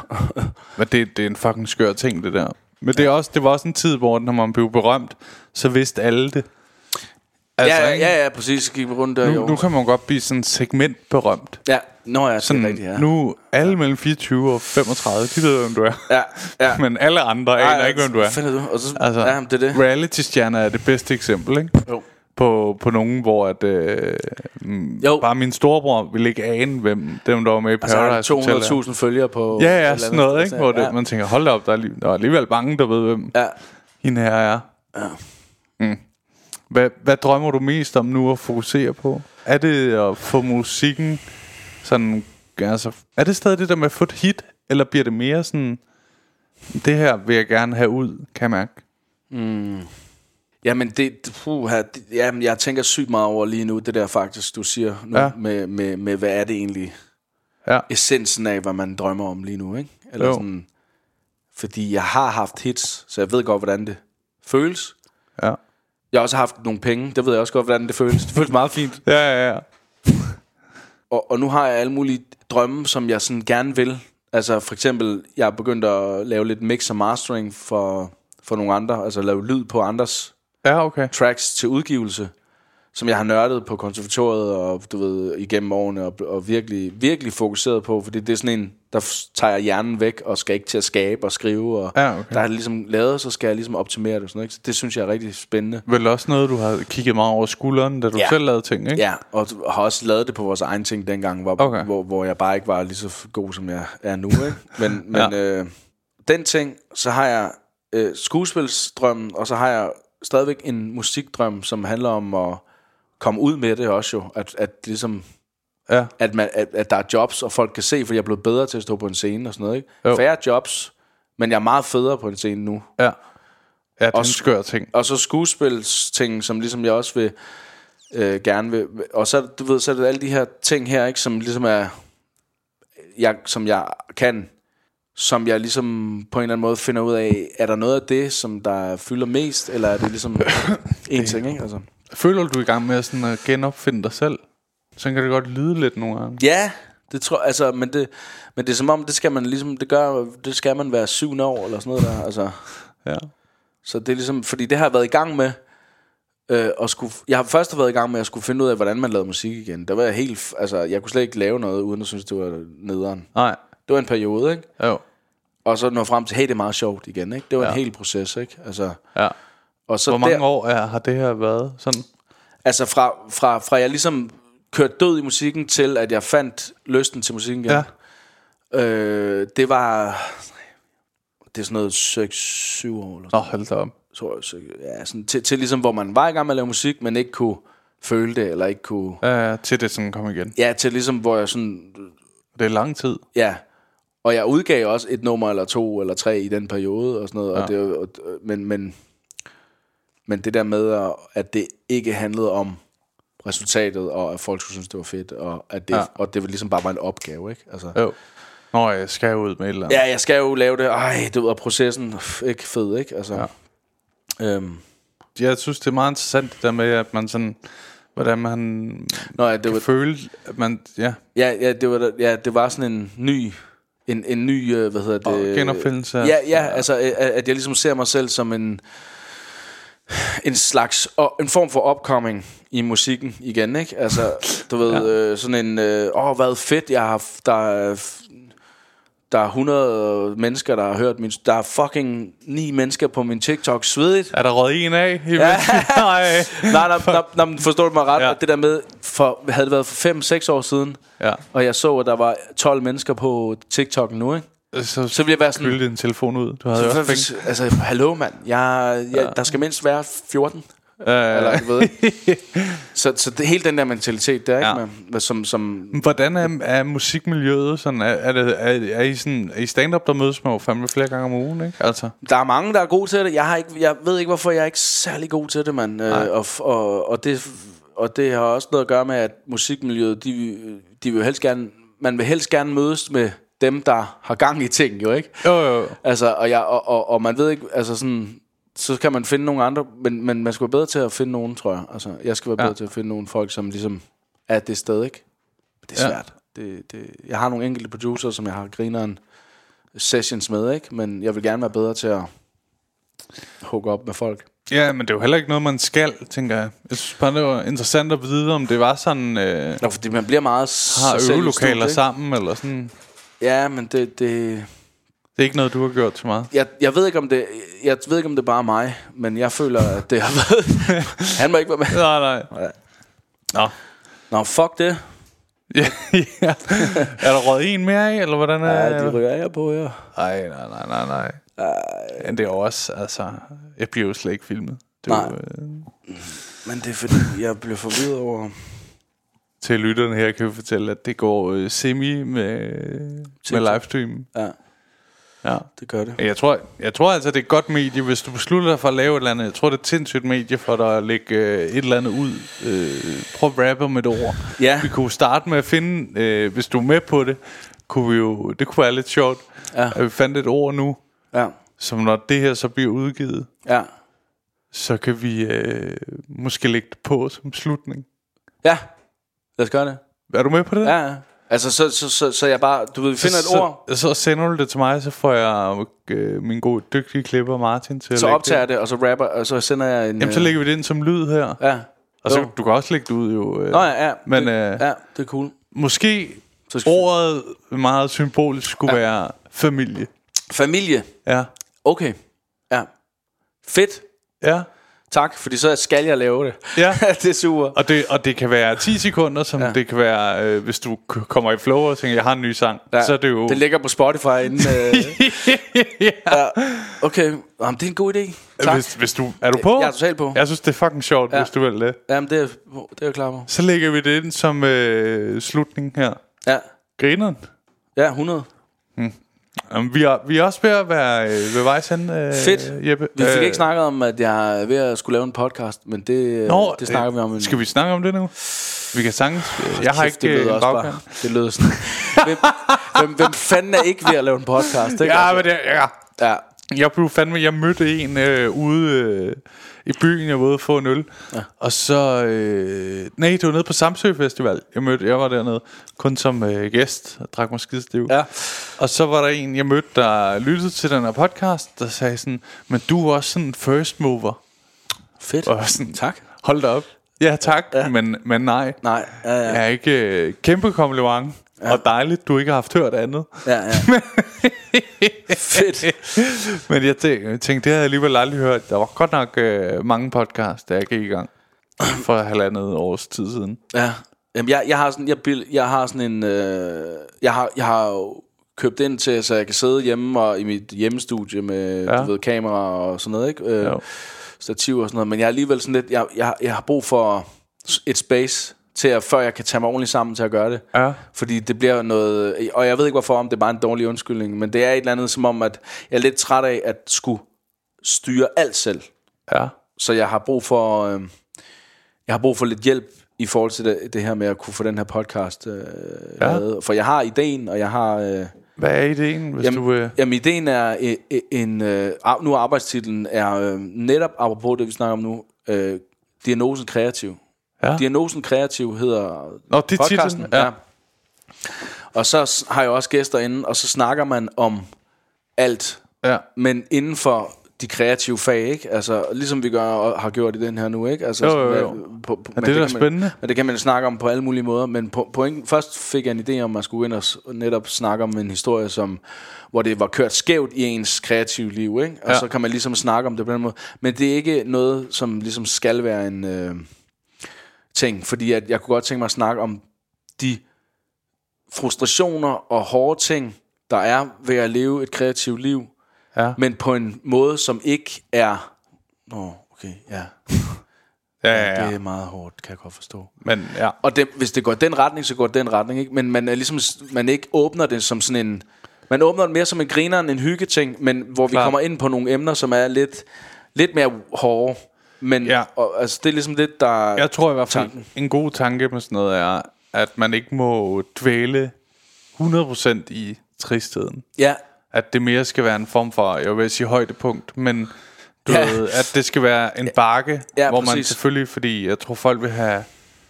Men det, det er en fucking skør ting, det der. Men det, er også, det var også en tid, hvor når man blev berømt, så vidste alle det. Altså, ja, ikke? ja, ja, præcis. Gik vi rundt der, Nu, jo. nu kan man godt blive sådan segmentberømt. Ja, nå ja, Sådan, det er rigtigt, ja. nu alle mellem fireogtyve og femogtredive, de ved, hvem du er. Ja, ja. Men alle andre Ej, aner ikke, hvem du er. Hvad finder du? Og så, Altså, ja, det er det. reality-stjerner er det bedste eksempel, ikke? Jo. På, på nogen, hvor at, øh, mm, Jo. bare min storebror ville ikke ane, hvem dem, der var med i Altså, har Paradise to Hotel hundrede er. tusind følgere på... Ja, et ja, eller sådan andet noget, sted. ikke? Hvor det, Ja. man tænker, hold da op, der er, lige, der er alligevel mange, der ved, hvem Ja. hende her er. Ja. Mm. Hvad, hvad drømmer du mest om nu at fokusere på? Er det at få musikken sådan... Altså, er det stadig det der med at få et hit? Eller bliver det mere sådan... Det her vil jeg gerne have ud, kan jeg mærke. Mm. Jamen, det, puh, her, det, jamen, jeg tænker sygt meget over lige nu, det der faktisk, du siger nu, Ja. ja. med, med, med, hvad er det egentlig, Ja. essensen af, hvad man drømmer om lige nu, ikke? Eller Jo. sådan, fordi jeg har haft hits, så jeg ved godt, hvordan det føles. Ja. Jeg har også haft nogle penge, det ved jeg også godt, hvordan det føles. Det føles meget fint. Ja, ja, ja. Og, og nu har jeg alle mulige drømme, som jeg sådan gerne vil. Altså for eksempel, jeg har begyndt at lave lidt mix og mastering for, for nogle andre. Altså lave lyd på andres Ja, okay. tracks til udgivelse, som jeg har nørdet på konservatoriet og du ved igennem årene og, og virkelig virkelig fokuseret på, fordi det er sådan en, der f- tager hjernen væk og skal ikke til at skabe og skrive og Ja, okay. der er ligesom lavet, så skal jeg ligesom optimere det og sådan noget, ikke? Så det synes jeg er rigtig spændende. Vel også noget, du har kigget meget over skulderen, da du Ja. selv lavede ting, ikke? Ja, og du har også lavet det på vores egen ting dengang, hvor, Okay. hvor, hvor jeg bare ikke var lige så god, som jeg er nu, ikke? Men, men Ja. øh, den ting, så har jeg øh, skuespilsdrømmen, og så har jeg stadigvæk en musikdrøm, som handler om at komme ud med det også jo, at, at ligesom Ja. at, man, at, at der er jobs, og folk kan se, for jeg er blevet bedre til at stå på en scene og sådan noget, ikke? Jo. Færre jobs, men jeg er meget federe på en scene nu. Ja. Ja, det er Og en sk- skør ting. Og så skuespilsting, som ligesom jeg også vil øh, gerne vil. Og så, du ved, så er det alle de her ting her, ikke, som ligesom er, jeg, som jeg kan, som jeg ligesom på en eller anden måde finder ud af, er der noget af det, som der fylder mest, eller er det ligesom en ting, ikke? Altså. Føler du er i gang med sådan at genopfinde dig selv? Så kan det godt lyde lidt nogle gange. Ja, det tror altså, men det, men det er som om, det skal man ligesom, det gør, det skal man være syvende år, eller sådan noget der, altså. Ja. Så det er ligesom, fordi det har jeg været i gang med, øh, og skulle, jeg har først været i gang med at skulle finde ud af, hvordan man lavede musik igen. Der var jeg helt, altså, jeg kunne slet ikke lave noget, uden at synes, det var nederen. Nej. Det var en periode, ikke? Jo. Og så nå frem til, hey, det er meget sjovt igen, ikke? Det var Ja. en hel proces, ikke? Altså, Ja. og så Hvor mange der, år er, har det her været sådan? altså fra, fra, fra jeg ligesom kørte død i musikken, til at jeg fandt lysten til musikken igen. Ja. Øh, det var, det er sådan noget seks syv år, eller Nå, sådan. hold da op. Tror jeg, så, ja, sådan, til, til ligesom, hvor man var i gang med at lave musik, men ikke kunne føle det, eller ikke kunne... Ja, ja, til det sådan kom igen. Ja, til ligesom, hvor jeg sådan... Det er lang tid. Ja, og jeg udgav også et nummer, eller to, eller tre i den periode, og sådan noget, Ja. og det, og, men, men, men det der med, at- at det ikke handlede om resultatet, og at folk skulle synes, det var fedt, og at det, Ja. ja. og det ligesom bare var en opgave, ikke? Altså, Jo. Nå, jeg skal ud med et eller andet. ja, jeg skal jo lave det, ej, det var processen, pff, ikke fed, ikke? Altså, ja. øhm, Jeg synes, det er meget interessant det der med, at man sådan... Hvordan man Nå, ja, det kan var, føle, at man... Ja, ja, ja, det var, ja, det var sådan en ny, en, en ny, øh, hvad hedder det? Og genopfindelse af- Ja, ja, altså, øh, at jeg ligesom ser mig selv som en, en slags, og en form for upcoming i musikken igen, ikke? Altså, du ved, Ja. øh, sådan en, øh, åh, hvad fedt, jeg har, der er, Der er hundrede mennesker, der har hørt min... Der er fucking ni mennesker på min TikTok svedigt. Er der røget en af? Ja. nej, nej, nej, nej, forstår du mig ret? Ja. Det der med, for, havde det været for fem seks år siden, ja. og jeg så, at der var tolv mennesker på TikTok nu, ikke? Så, så ville jeg være sådan... Fyld din telefon ud. Du havde så, også altså, hallo mand. Jeg, jeg, ja. Der skal mindst være fjorten. Uh, Eller, du ved ikke. så, så det, hele den der mentalitet der, ja. ikke? Man, som, som hvordan er, er musikmiljøet sådan? Er, er, det, er, er I sådan, er I stand-up, der mødes med fandme flere gange om ugen, ikke? Altså. Der er mange, der er gode til det. Jeg, har ikke, jeg ved ikke, hvorfor jeg er ikke særlig god til det, mand. Øh, og, og, og, det, og det har også noget at gøre med, at musikmiljøet, de, de vil helst gerne, man vil helst gerne mødes med dem, der har gang i ting, jo, ikke? Jo, jo. Altså, og, jeg, og, og, og man ved ikke, altså sådan... Så kan man finde nogle andre, men, men man skal være bedre til at finde nogen, tror jeg. Altså, jeg skal være bedre ja. til at finde nogle folk, som ligesom er det sted, ikke? Det er svært. Ja. Det, det, jeg har nogle enkelte producer, som jeg har grineren sessions med, ikke? Men jeg vil gerne være bedre til at hooke op med folk. Ja, men det er jo heller ikke noget, man skal, tænker jeg. Jeg synes bare, det var interessant at vide, om det var sådan... Øh, Nå, fordi man bliver meget... Har øvelokaler sammen, eller sådan... Ja, men det... det Det er ikke noget, du har gjort til meget. Jeg, jeg ved ikke om det jeg ved ikke om det er bare mig, men jeg føler at det har været. Han må ikke være med. Nej, nej. Nå. Nå, fuck det. Ja, ja. Er der røget en mere af, eller hvordan er det? Ja, de ryger jeg på, ja. Ej, nej, nej, nej, nej. Ej. Men det er også, altså, jeg bliver jo slet ikke filmet. Det nej. Jo, øh... Men det er fordi, jeg bliver forvirret over... Til lytterne her kan vi fortælle, at det går øh, semi med, med livestream. Ja. Ja, det gør det. Jeg tror, jeg tror altså, det er et godt medie, hvis du beslutter dig for at lave et eller andet. Jeg tror, det er et sindssygt medie for dig at lægge øh, et eller andet ud. Øh, prøv at rappe om et ord. Ja. Vi kunne starte med at finde, øh, hvis du er med på det, kunne vi jo, det kunne være lidt sjovt, ja. at vi fandt et ord nu, ja. som når det her så bliver udgivet, ja. så kan vi øh, måske lægge det på som slutning. Ja, lad os gøre det. Er du med på det? Ja, ja. Altså, så, så, så, så jeg bare, du ved, vi finder så, et ord. Så, så sender du det til mig, så får jeg øh, min gode, dygtige klipper Martin til så at lægge optager det. det, og så rapper, og så sender jeg en... Jamen, så lægger vi det ind som lyd her. Ja. Og så, du kan også lægge det ud jo. Øh, Nå ja, ja. Men, det, øh, ja, det er cool. Måske ordet meget symbolisk skulle ja. være familie. Familie? Ja. Okay. Ja. Fedt. Ja. Tak, fordi så skal jeg lave det. Ja. Det er super. Og det, og det kan være ti sekunder, som ja. det kan være, øh, hvis du k- kommer i flow og tænker, jeg har en ny sang. Ja. Så er det jo... Det ligger på Spotify inden... Øh... ja. ja. Okay, Jamen, det er en god idé. Tak. Hvis, hvis du, er du på? Jeg er totalt på. Jeg synes, det er fucking sjovt, ja. hvis du vil det. Jamen, det er, det er jeg klar på. Så lægger vi det ind som øh, slutning her. Ja. Grineren? Ja, hundrede. Hmm. Jamen, vi, er, vi er også ved at være øh, ved vejs hen, øh, Fedt. Jeppe. Vi fik øh, ikke snakket om, at jeg er ved at skulle lave en podcast, men det, Nå, det snakker øh, vi om. En... Skal vi snakke om det nu? Vi kan sagtens. Øh, jeg har Kæft, ikke det en bagkant. Det lød sådan. hvem, hvem, hvem fanden er ikke ved at lave en podcast? Ikke? Ja, men det, ja. ja. Jeg blev fandme, jeg mødte en øh, ude øh, i byen, jeg var ude at få en øl. Ja. Og så, øh, nej, det var nede på Samsø Festival. Jeg mødte, jeg var dernede kun som øh, gæst og drak mig skidestiv. Ja. Og så var der en, jeg mødte, der lyttede til den her podcast, der sagde sådan, men du er også sådan en first mover. Fedt. Og sådan, tak. Hold da op. Ja, tak, ja. Men, men nej. Nej, ja, ja. Jeg er ikke øh, kæmpe kompliment. Ja. Og dejligt, du ikke har haft hørt andet. Ja, ja. Fedt. Men jeg tænkte, jeg tænkte, det havde jeg alligevel aldrig hørt. Der var godt nok øh, mange podcasts, der jeg gik i gang for halvandet års tid siden. Ja. Jamen, jeg, jeg har sådan, jeg, jeg har sådan en, øh, jeg har, jeg har jo købt ind til, så jeg kan sidde hjemme og i mit hjemmestudie med, ja. du ved, kamera og sådan noget, ikke? Øh, stativ og sådan noget. Men jeg er alligevel sådan lidt, jeg, jeg, jeg har brug for et space til at, før jeg kan tage mig ordentligt sammen til at gøre det. Ja. Fordi det bliver noget, og jeg ved ikke hvorfor, om det er bare en dårlig undskyldning, men det er et eller andet som om, at jeg er lidt træt af at skulle styre alt selv. Ja. Så jeg har brug for øh, jeg har brug for lidt hjælp i forhold til det, det her med at kunne få den her podcast øh, ja. lavet. For jeg har ideen, og jeg har øh, hvad er ideen, hvis jamen, du øh... jamen ideen er en, en øh, nu er arbejdstitlen er øh, netop apropos det vi snakker om nu, øh, diagnosen kreativ. Ja. Diagnosen kreativ hedder Nå, det podcasten. Titlen, ja. Ja. Og så har jeg også gæster inde, og så snakker man om alt, ja. men inden for de kreative fag, ikke? Altså, ligesom vi gør og har gjort i den her nu, ikke? Altså, Jo, jo, jo. På, på, Men det er da spændende. Men det kan man snakke om på alle mulige måder. Men på, pointen, først fik jeg en idé om, at man skulle ind og s- netop snakke om en historie, som, hvor det var kørt skævt i ens kreative liv, ikke? Og Ja. så kan man ligesom snakke om det på den måde. Men det er ikke noget, som ligesom skal være en øh, ting. Fordi at jeg kunne godt tænke mig at snakke om de frustrationer og hårde ting, der er ved at leve et kreativt liv, Ja. men på en måde, som ikke er... Nå, okay, ja. Ja, ja, ja. Det er meget hårdt, kan jeg godt forstå. Men ja. Og det, hvis det går den retning, så går det den retning, ikke? Men man er ligesom, man ikke åbner det som sådan en... Man åbner det mere som en grineren, en hyggeting, men hvor vi Klar. kommer ind på nogle emner, som er lidt, lidt mere hårde. Men Ja. og, altså, det er ligesom lidt, der... Jeg tror i hvert fald, tanken. en god tanke med sådan noget er, at man ikke må dvæle hundrede procent i tristheden. Ja, At det mere skal være en form for, jeg vil sige højdepunkt, men du Ja. ved, at det skal være en bakke, Ja, hvor man præcis. selvfølgelig, fordi jeg tror folk vil have,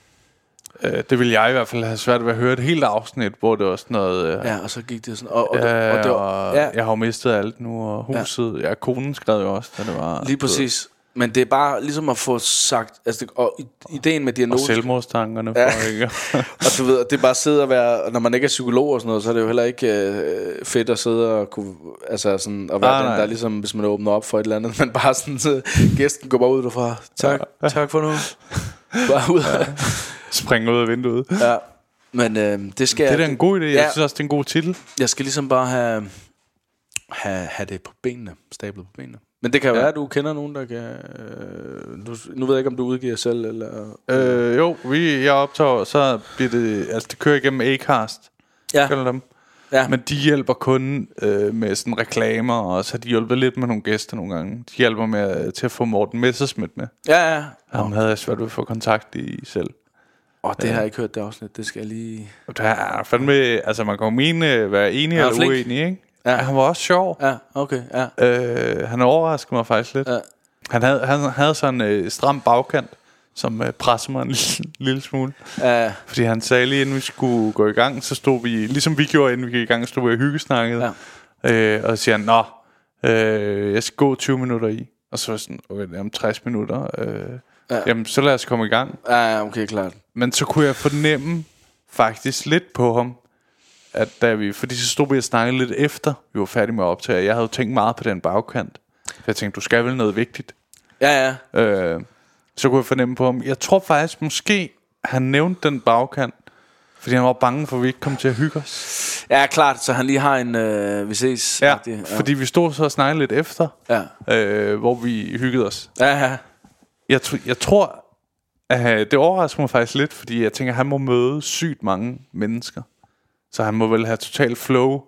øh, det vil jeg i hvert fald have svært ved at høre et helt afsnit, hvor det var sådan noget, øh, ja, og så gik det sådan... Og, og, øh, og, og det var, og ja, jeg har jo mistet alt nu, og huset, ja, konen skrev jo også, da det var... lige præcis. Men det er bare ligesom at få sagt... Altså, det, og i- ideen med Og diagnosen... selvmordstankerne for ikke. Og du ved, det er bare at sidde og være... Når man ikke er psykolog og sådan noget, så er det jo heller ikke øh, fedt at sidde og kunne... Altså sådan... At være Nej, den, nej. der ligesom, hvis man åbner op for et eller andet, men bare sådan... Så gæsten går bare ud derfra. Tak, tak for nu. Bare ud. Ja. Springer ud af vinduet. ja. Men øh, det skal Det er da en god idé. Jeg Ja. synes også, det er en god titel. Jeg skal ligesom bare have, have, have det på benene. Stablet på benene. Men det kan jo Ja. være, at du kender nogen, der kan... Øh, du, nu ved jeg ikke, om du udgiver selv, eller... Øh, jo, vi, jeg optager, så bliver det, altså det kører igennem Acast, ja, kalder dem. ja. Men de hjælper kun øh, med sådan reklamer, og så har de hjulpet lidt med nogle gæster nogle gange. De hjælper med til at få Morten Messerschmidt med. ja, ja. Ham havde jeg svært ved at få kontakt i selv. Og det har jeg ikke hørt, det afsnit. Det skal jeg lige... Og der er fandme, altså man kan jo mene, være enig Han er eller flink. uenig, ikke? Ja. Ja. Han var også sjov. Ja, okay, ja. Øh, han overraskede mig faktisk lidt. Ja. Han havde, han havde sådan en øh, stram bagkant, som øh, pressede mig en lille, lille smule. Ja, Fordi han sagde lige inden vi skulle gå i gang, så stod vi, ligesom vi gjorde inden vi gik i gang, stod vi og hyggesnakkede. Ja. Øh, og så siger han, nå, øh, jeg skal gå tyve minutter i. Og så var jeg sådan, okay, det er om tres minutter. Øh, Ja. ja. Jamen, så lad os komme i gang. ja, okay, klart. Men så kunne jeg fornemme faktisk lidt på ham, at da vi, fordi så stod vi og snakkede lidt efter, vi var færdige med at optage. Jeg havde jo tænkt meget på den bagkant. For jeg tænkte, du skal vel noget vigtigt. Ja, ja. Øh, så kunne jeg fornemme på ham. Jeg tror faktisk måske, han nævnte den bagkant, fordi han var bange for, at vi ikke kom til at hygge os. Ja, klart, så han lige har en øh, vi ses. Ja, ja. fordi vi stod så og snakkede lidt efter, Ja, øh, hvor vi hyggede os. ja, ja. Jeg, tr- jeg tror, at det overrasker mig faktisk lidt, fordi jeg tænker, at han må møde sygt mange mennesker. Så han må vel have total flow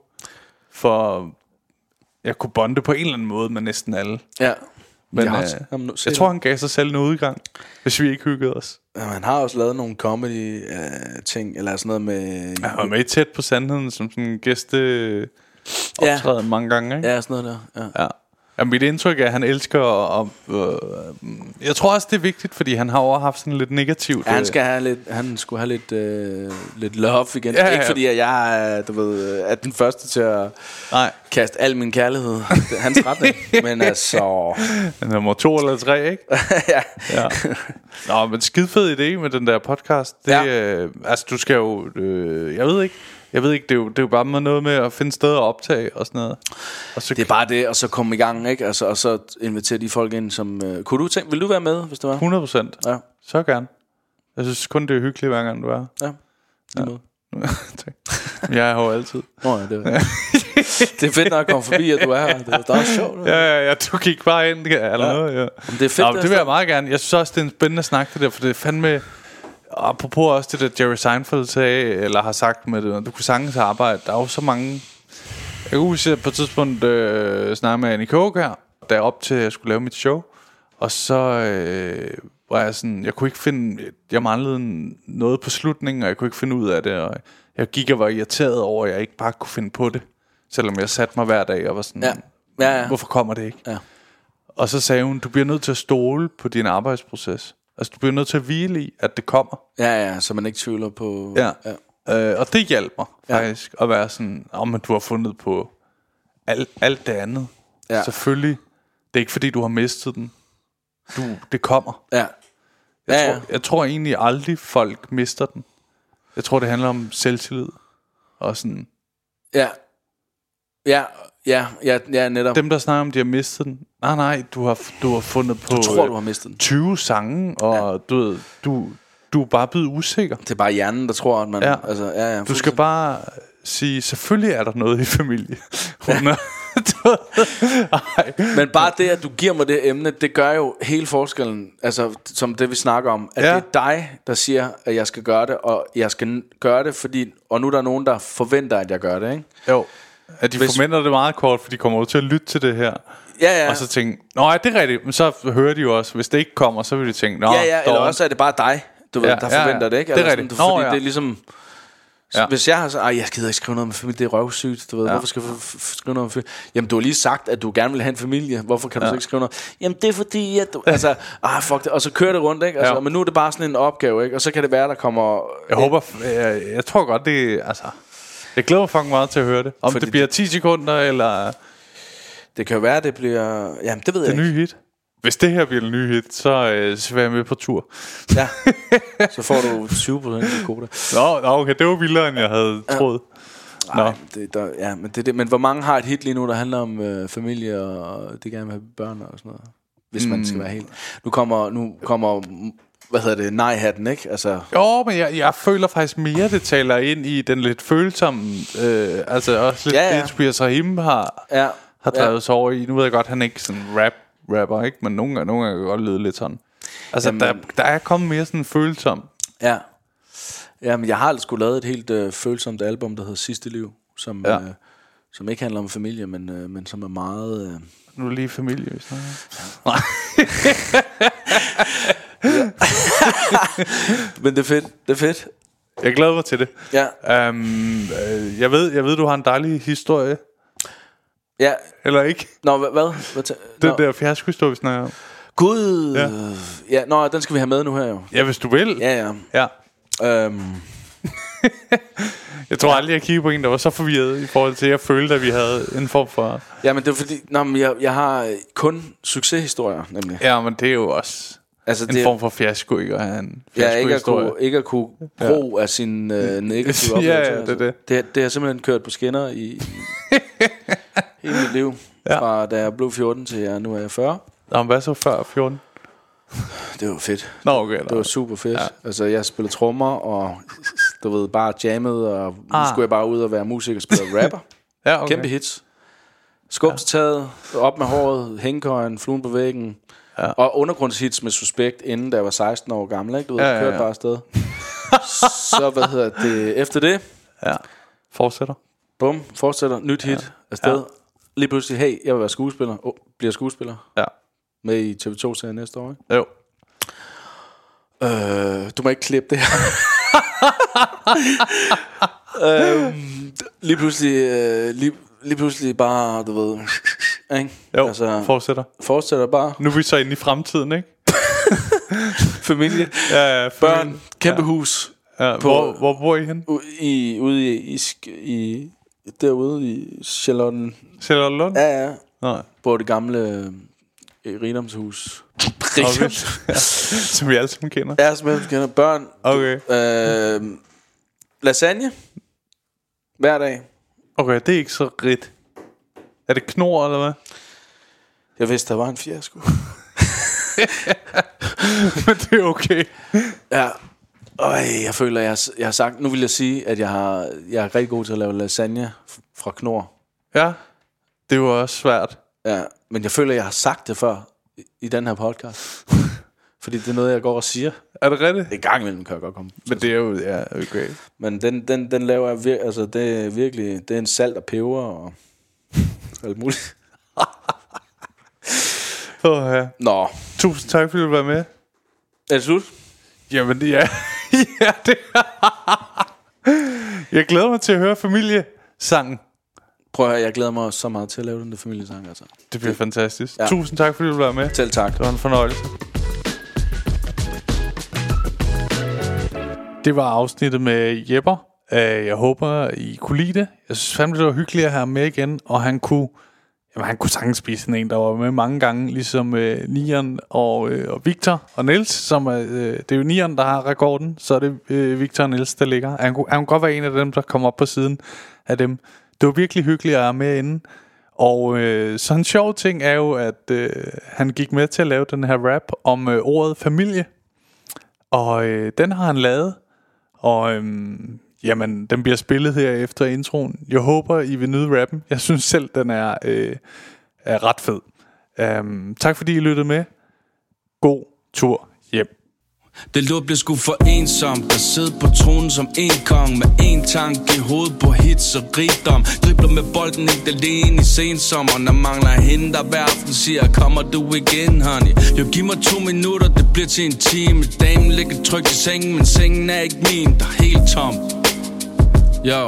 for jeg kunne bonde på en eller anden måde med næsten alle. Ja. Men Jeg har øh, også- jamen, nu- se jeg tror, det. han gav sig selv en udgang, hvis vi ikke hyggede os. Ja, han har også lavet nogle comedy øh, ting, eller sådan noget med... Jeg var med tæt på sandheden som sådan en gæste optræden ja. mange gange, ikke? Ja, sådan noget der. Ja. Ja. Ja, mit indtryk er, at han elsker at, øh, jeg tror også, det er vigtigt, fordi han har over haft sådan lidt negativt. Ja, han øh, skal have lidt, han skulle have lidt, øh, lidt love igen. Ja, Ja, ja. Ikke fordi at jeg er, du ved, er den første til at Nej, kaste al min kærlighed. Det er hans retning. Men altså... nummer to eller tre, ikke? ja. Ja. Nå, men skide fed idé med den der podcast. Det, Ja. øh, altså, du skal jo, øh, jeg ved ikke, jeg ved ikke, det er jo, det er jo bare med noget med at finde steder at optage og sådan noget. Og så Det er bare det, og så komme i gang, ikke? Altså, og så invitere de folk ind, som... Øh, kunne du tænke, vil du være med, hvis det var? hundrede procent. Ja, Så gerne. Jeg synes kun, det er hyggeligt, hver gang du er. ja. Lige måde. Tak. Jeg er her jo altid. Nå ja, det er det er fedt nok at komme forbi, at du er her. Det er, det er også sjovt. Ja, ja, ja, du gik bare ind eller ja. noget, ja. Men det er fedt. Nå, det vil jeg meget gerne. Jeg synes også, det er en spændende snak, det der, for det er fandme... Apropos også det der Jerry Seinfeld sagde, eller har sagt med det, du kunne sagtens arbejde. Der er jo så mange... Jeg kunne huske, at på et tidspunkt øh, snakke med Annie Koch her, der op til, at jeg skulle lave mit show. Og så øh, var jeg sådan... Jeg kunne ikke finde... Jeg manglede noget på slutningen, og jeg kunne ikke finde ud af det. Og jeg gik og var irriteret over, at jeg ikke bare kunne finde på det. Selvom jeg satte mig hver dag og var sådan... Ja. Ja, ja. Hvorfor kommer det ikke? Ja. Og så sagde hun, du bliver nødt til at stole på din arbejdsproces. Altså du bliver nødt til at hvile i, at det kommer. Ja, ja, så man ikke tvivler på... Ja, ja. Øh, og det hjælper Ja. faktisk at være sådan, om oh, du har fundet på alt, alt det andet. Ja. Selvfølgelig Det er ikke fordi du har mistet den. Du, det kommer. Ja. Jeg, Ja, tror, ja. jeg tror egentlig aldrig folk mister den. Jeg tror det handler om selvtillid. Og sådan Ja. Ja, ja, ja, ja, netop. dem der snakker om de har mistet den. Nej nej, du har du har fundet på Du tror, øh, du har mistet den. tyve sange. Og ja. du ved, du du er bare blevet usikker. Det er bare hjernen, der tror, at man... Ja. Altså, ja, ja, Du skal bare sige, selvfølgelig er der noget i familie. Hun er, du ved, ej. Men bare det, at du giver mig det emne, det gør jo hele forskellen. Altså, som det vi snakker om. At Ja. det er dig, der siger, at jeg skal gøre det. Og jeg skal n- gøre det, fordi... Og nu er der nogen, der forventer, at jeg gør det, ikke? Jo, at de Hvis- forventer det meget kort, for de kommer jo til at lytte til det her. Ja, ja. Og så tænke, nå ja, det er rigtigt. Men så hører de jo også, hvis det ikke kommer, så vil de tænke, nå, Ja, ja, eller dårligt. også er det bare dig, du ved, Ja, der ja, ja. forventer det, ikke? Det er Eller rigtigt. Sådan, Nå, fordi ja. det er ligesom... Ja. Hvis jeg har så, ej, jeg gider ikke skrive noget med familie, det er røvsygt, du ved, Ja. hvorfor skal jeg f- f- skrive noget med familie? Jamen, du har lige sagt, at du gerne vil have en familie, hvorfor kan du Ja. så ikke skrive noget? Jamen, det er fordi, at du, altså, ah, fuck det, og så kører det rundt, ikke? Altså, Ja. men nu er det bare sådan en opgave, ikke? Og så kan det være, der kommer... Jeg håber, jeg, jeg tror godt, det er, altså... Jeg glæder mig fucking meget til at høre det. Om Fordi det bliver ti sekunder, eller Det kan jo være, det bliver... Jamen, det ved det jeg ikke. nye hit. Hvis det her bliver det nye hit, så, øh, så vil jeg med på tur. Ja. Så får du tyve procent af koda. Nå, nå, okay, det var vildere, end jeg havde troet. Nå. Nej, det, der, ja, men, det, det, men hvor mange har et hit lige nu, der handler om øh, familie og det gerne vil have børn og sådan noget? Hvis mm. man skal være helt... Nu kommer, nu kommer hvad hedder det, nej-hatten, ikke? Altså, Jo, men jeg, jeg føler faktisk mere, det taler ind i den lidt følsomme... Øh, altså også lidt Ja, ja. det, Tobias Rahim har, ja, har drevet ja. sig over i. Nu ved jeg godt, han er ikke sådan rap rapper, ikke? Men nogle gange, nogle gange kan godt lyde lidt sådan. Altså, Jamen, der, der er kommet mere sådan følsom. Ja. Ja, men jeg har sgu lavet et helt øh, følsomt album, der hedder Sidste Liv, som, Ja. øh, som ikke handler om familie, men, øh, men som er meget... Øh, Nu er det lige familie, hvis der men det er fedt, det er fedt. Jeg glæder mig til det. Ja, Um, øh, jeg, ved, jeg ved, du har en dejlig historie. ja. Eller ikke? Nå, hvad? hvad? hvad tæ- Den nå. der fiasko-historie, vi snakker om. Gud! Ja. Ja. ja, nå, den skal vi have med nu her jo. Ja, hvis du vil. Ja, ja. ja. Øhm, Jeg tror aldrig, jeg kiggede på en, der var så forvirret i forhold til, at jeg følte, at vi havde en form for... ja, men det er fordi, nå, men jeg, jeg har kun succeshistorier, nemlig. Ja, men det er jo også Altså, en det, form for fiasko, ikke? At have en ja, ikke at fiasko-historie. kunne, ikke at kunne gro af sin øh, negative Ja, oplevelser. ja, det er det. Altså. Det, det har simpelthen kørt på skinner i, i hele mit liv. Ja. Fra da jeg blev fjorten til jeg, nu er jeg fyrre. Nå, men hvad så før fjorten? Det var fedt. Nå, okay. Det var super fedt. Ja. Altså, jeg spillede trommer, og du ved, bare jammet, og nu Ah. skulle jeg bare ud og være musiker og spille rapper. Ja, okay. Kæmpe hits. Skub ja. til taget, op med håret, hængekøjen, fluen på væggen. Ja. Og undergrundshits med Suspekt, inden da jeg var seksten år gammel, ikke? Du ved, Ja, ja, ja, kørte ja. bare afsted. Så, hvad hedder det, efter det, Ja. Fortsætter. bum, fortsætter, nyt hit, afsted. Ja. Lige pludselig, hey, jeg vil være skuespiller. Oh, bliver spiller Ja. med i T V to-serien næste år, ikke? Jo. Øh, du må ikke klippe det her. øhm, lige pludselig, øh, lige, lige pludselig bare, du ved, ikke? Jo, Altså, fortsætter. fortsætter bare. Nu er vi så inde i fremtiden, ikke? Familie, Ja, ja. børn, kæmpe ja. hus. Ja, på- hvor, hvor bor I hen? U- I, ude i, i, sk- i, derude i Charlotten. Charlottenlund? Ja, ja. Nej. På det gamle øh, rigdomshus. Okay. Ja. Som vi alle sammen kender. Ja, som jeg kender. Børn. Okay. Øh, lasagne. Hver dag. Okay, det er ikke så rigt. Er det knor, eller hvad? Jeg vidste, der var en fiasko. Men det er okay. Ja. Øj, jeg føler, jeg har, jeg har sagt... Nu vil jeg sige, at jeg, har, jeg er rigtig god til at lave lasagne f- fra knor. Ja, det er jo også svært. Ja, men jeg føler, jeg har sagt det før i, i den her podcast. Fordi det er noget, jeg går og siger. Er det rigtigt? En gang imellem kan jeg godt komme. Men det er jo, ja, okay. Men den, den, den laver jeg vir- altså det er virkelig, det er en salt og peber og alt muligt. Oh, ja. Nå, Tusind tak, fordi du var med. er det slut? Jamen, det er... ja, det er... Jeg glæder mig til at høre familiesangen. Prøv at høre, jeg glæder mig så meget til at lave den der familiesang, altså. Det bliver fantastisk. Ja. Tusind tak, fordi du var med. Selv tak. Det var en fornøjelse. Det var afsnittet med Jepper. Jeg håber, I kunne lide det. Jeg synes fandme, det var hyggeligt at have ham med igen. Og han kunne... Jamen, han kunne sagtens spise sådan en, der var med mange gange, ligesom øh, Nian og, øh, og Victor og Niels, som er, øh, det er jo Nian, der har rekorden, så er det øh, Victor og Niels, der ligger. Han kunne, han kunne godt være en af dem, der kommer op på siden af dem. Det var virkelig hyggeligt at have med inden. Og øh, så en sjov ting er jo, at øh, han gik med til at lave den her rap om øh, ordet familie. Og øh, den har han lavet. Og øh, jamen, den bliver spillet her efter introen. Jeg håber, I vil nyde rappen. Jeg synes selv, den er, øh, er ret fed. Um, tak fordi I lyttede med. God tur hjem. Det lort blev sgu for ensomt at sidde på tronen som en kong med en tanke i hovedet på hits og rigdom. Dribler med bolden ikke alene i sensommer. Når mangler hende der hver aften siger, kommer du igen honey? Jo, giv mig to minutter, det bliver til en time. Damen ligger trygt i sengen, men sengen er ikke min, der er helt tom. Yo.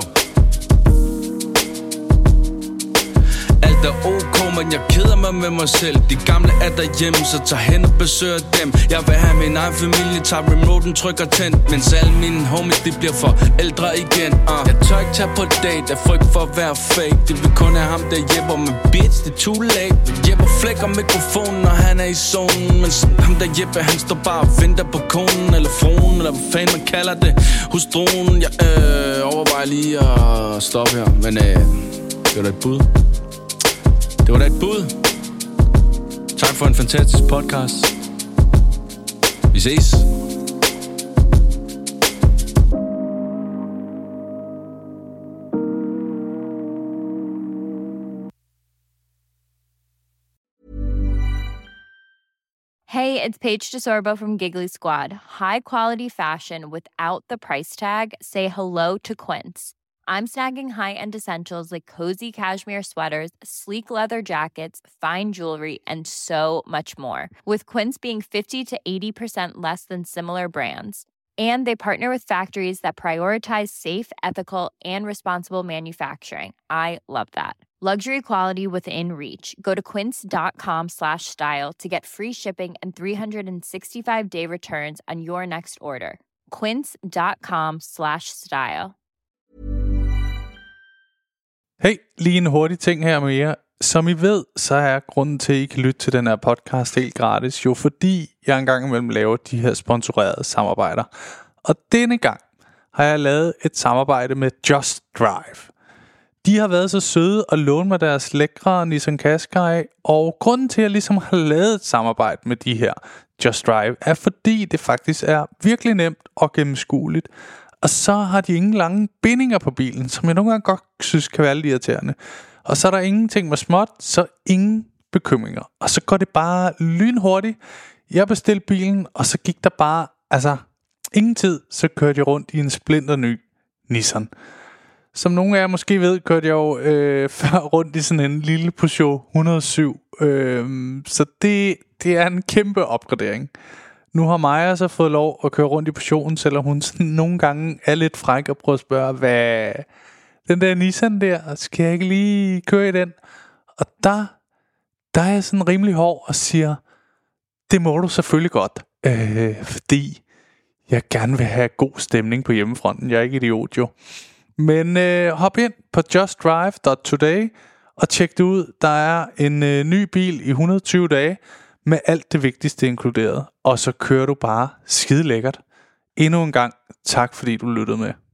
Alt er ok, men jeg keder mig med mig selv. De gamle er derhjemme, så tager hen og besøger dem. Jeg vil have min egen familie, tager remoten, trykker tændt. Mens alle mine homies, de bliver for ældre igen. uh. Jeg tør ikke tage på date, jeg frygt for at være fake. Det vil kun have ham, der hjælper med bitch, det er too late. Hjælper flækker mikrofonen, når han er i zonen. Mens ham der hjælper, han står bare og venter på konen. Eller fruen, eller hvad fanden man kalder det. Hos dronen, jeg øh, overvejer lige at stoppe her. Men øh, det var da et bud. Det var da et bud. Tak for en fantastisk podcast. Vi ses. Hey, it's Paige DeSorbo from Giggly Squad. High quality fashion without the price tag. Say hello to Quince. I'm snagging high-end essentials like cozy cashmere sweaters, sleek leather jackets, fine jewelry, and so much more. With Quince being fifty to eighty percent less than similar brands. And they partner with factories that prioritize safe, ethical, and responsible manufacturing. I love that. Luxury quality within reach. Go to quince.com slash style to get free shipping and three sixty-five day returns on your next order. Quince.com slash style. Hey, lige en hurtig ting her med jer. Som I ved, så er grunden til, at I kan lytte til den her podcast helt gratis, jo fordi jeg engang imellem laver de her sponsorerede samarbejder. Og denne gang har jeg lavet et samarbejde med Just Drive. De har været så søde at låne mig deres lækre Nissan Qashqai, og grunden til, at jeg ligesom har lavet et samarbejde med de her Just Drive, er fordi det faktisk er virkelig nemt og gennemskueligt. Og så har de ingen lange bindinger på bilen, som jeg nogle gange godt synes kan være lidt irriterende. Og så er der ingenting med småt, så ingen bekymringer. Og så går det bare lynhurtigt. Jeg bestilte bilen, og så gik der bare, altså ingen tid, så kørte jeg rundt i en splinter ny Nissan. Som nogle af jer måske ved, kørte jeg jo øh, før rundt i sådan en lille Peugeot et hundrede og syv. Øh, så det, det er en kæmpe opgradering. Nu har Maja så fået lov at køre rundt i Peugeoten, selvom hun sådan nogle gange er lidt fræk og prøver at spørge, hvad den der Nissan der, skal jeg ikke lige køre i den? Og der, der er jeg sådan rimelig hård og siger, det må du selvfølgelig godt, øh, fordi jeg gerne vil have god stemning på hjemmefronten. Jeg er ikke idiot jo. Men øh, hop ind på just drive dot today og tjek det ud. Der er en øh, ny bil i et hundrede og tyve dage med alt det vigtigste inkluderet. Og så kører du bare skide lækkert. Endnu en gang tak fordi du lyttede med.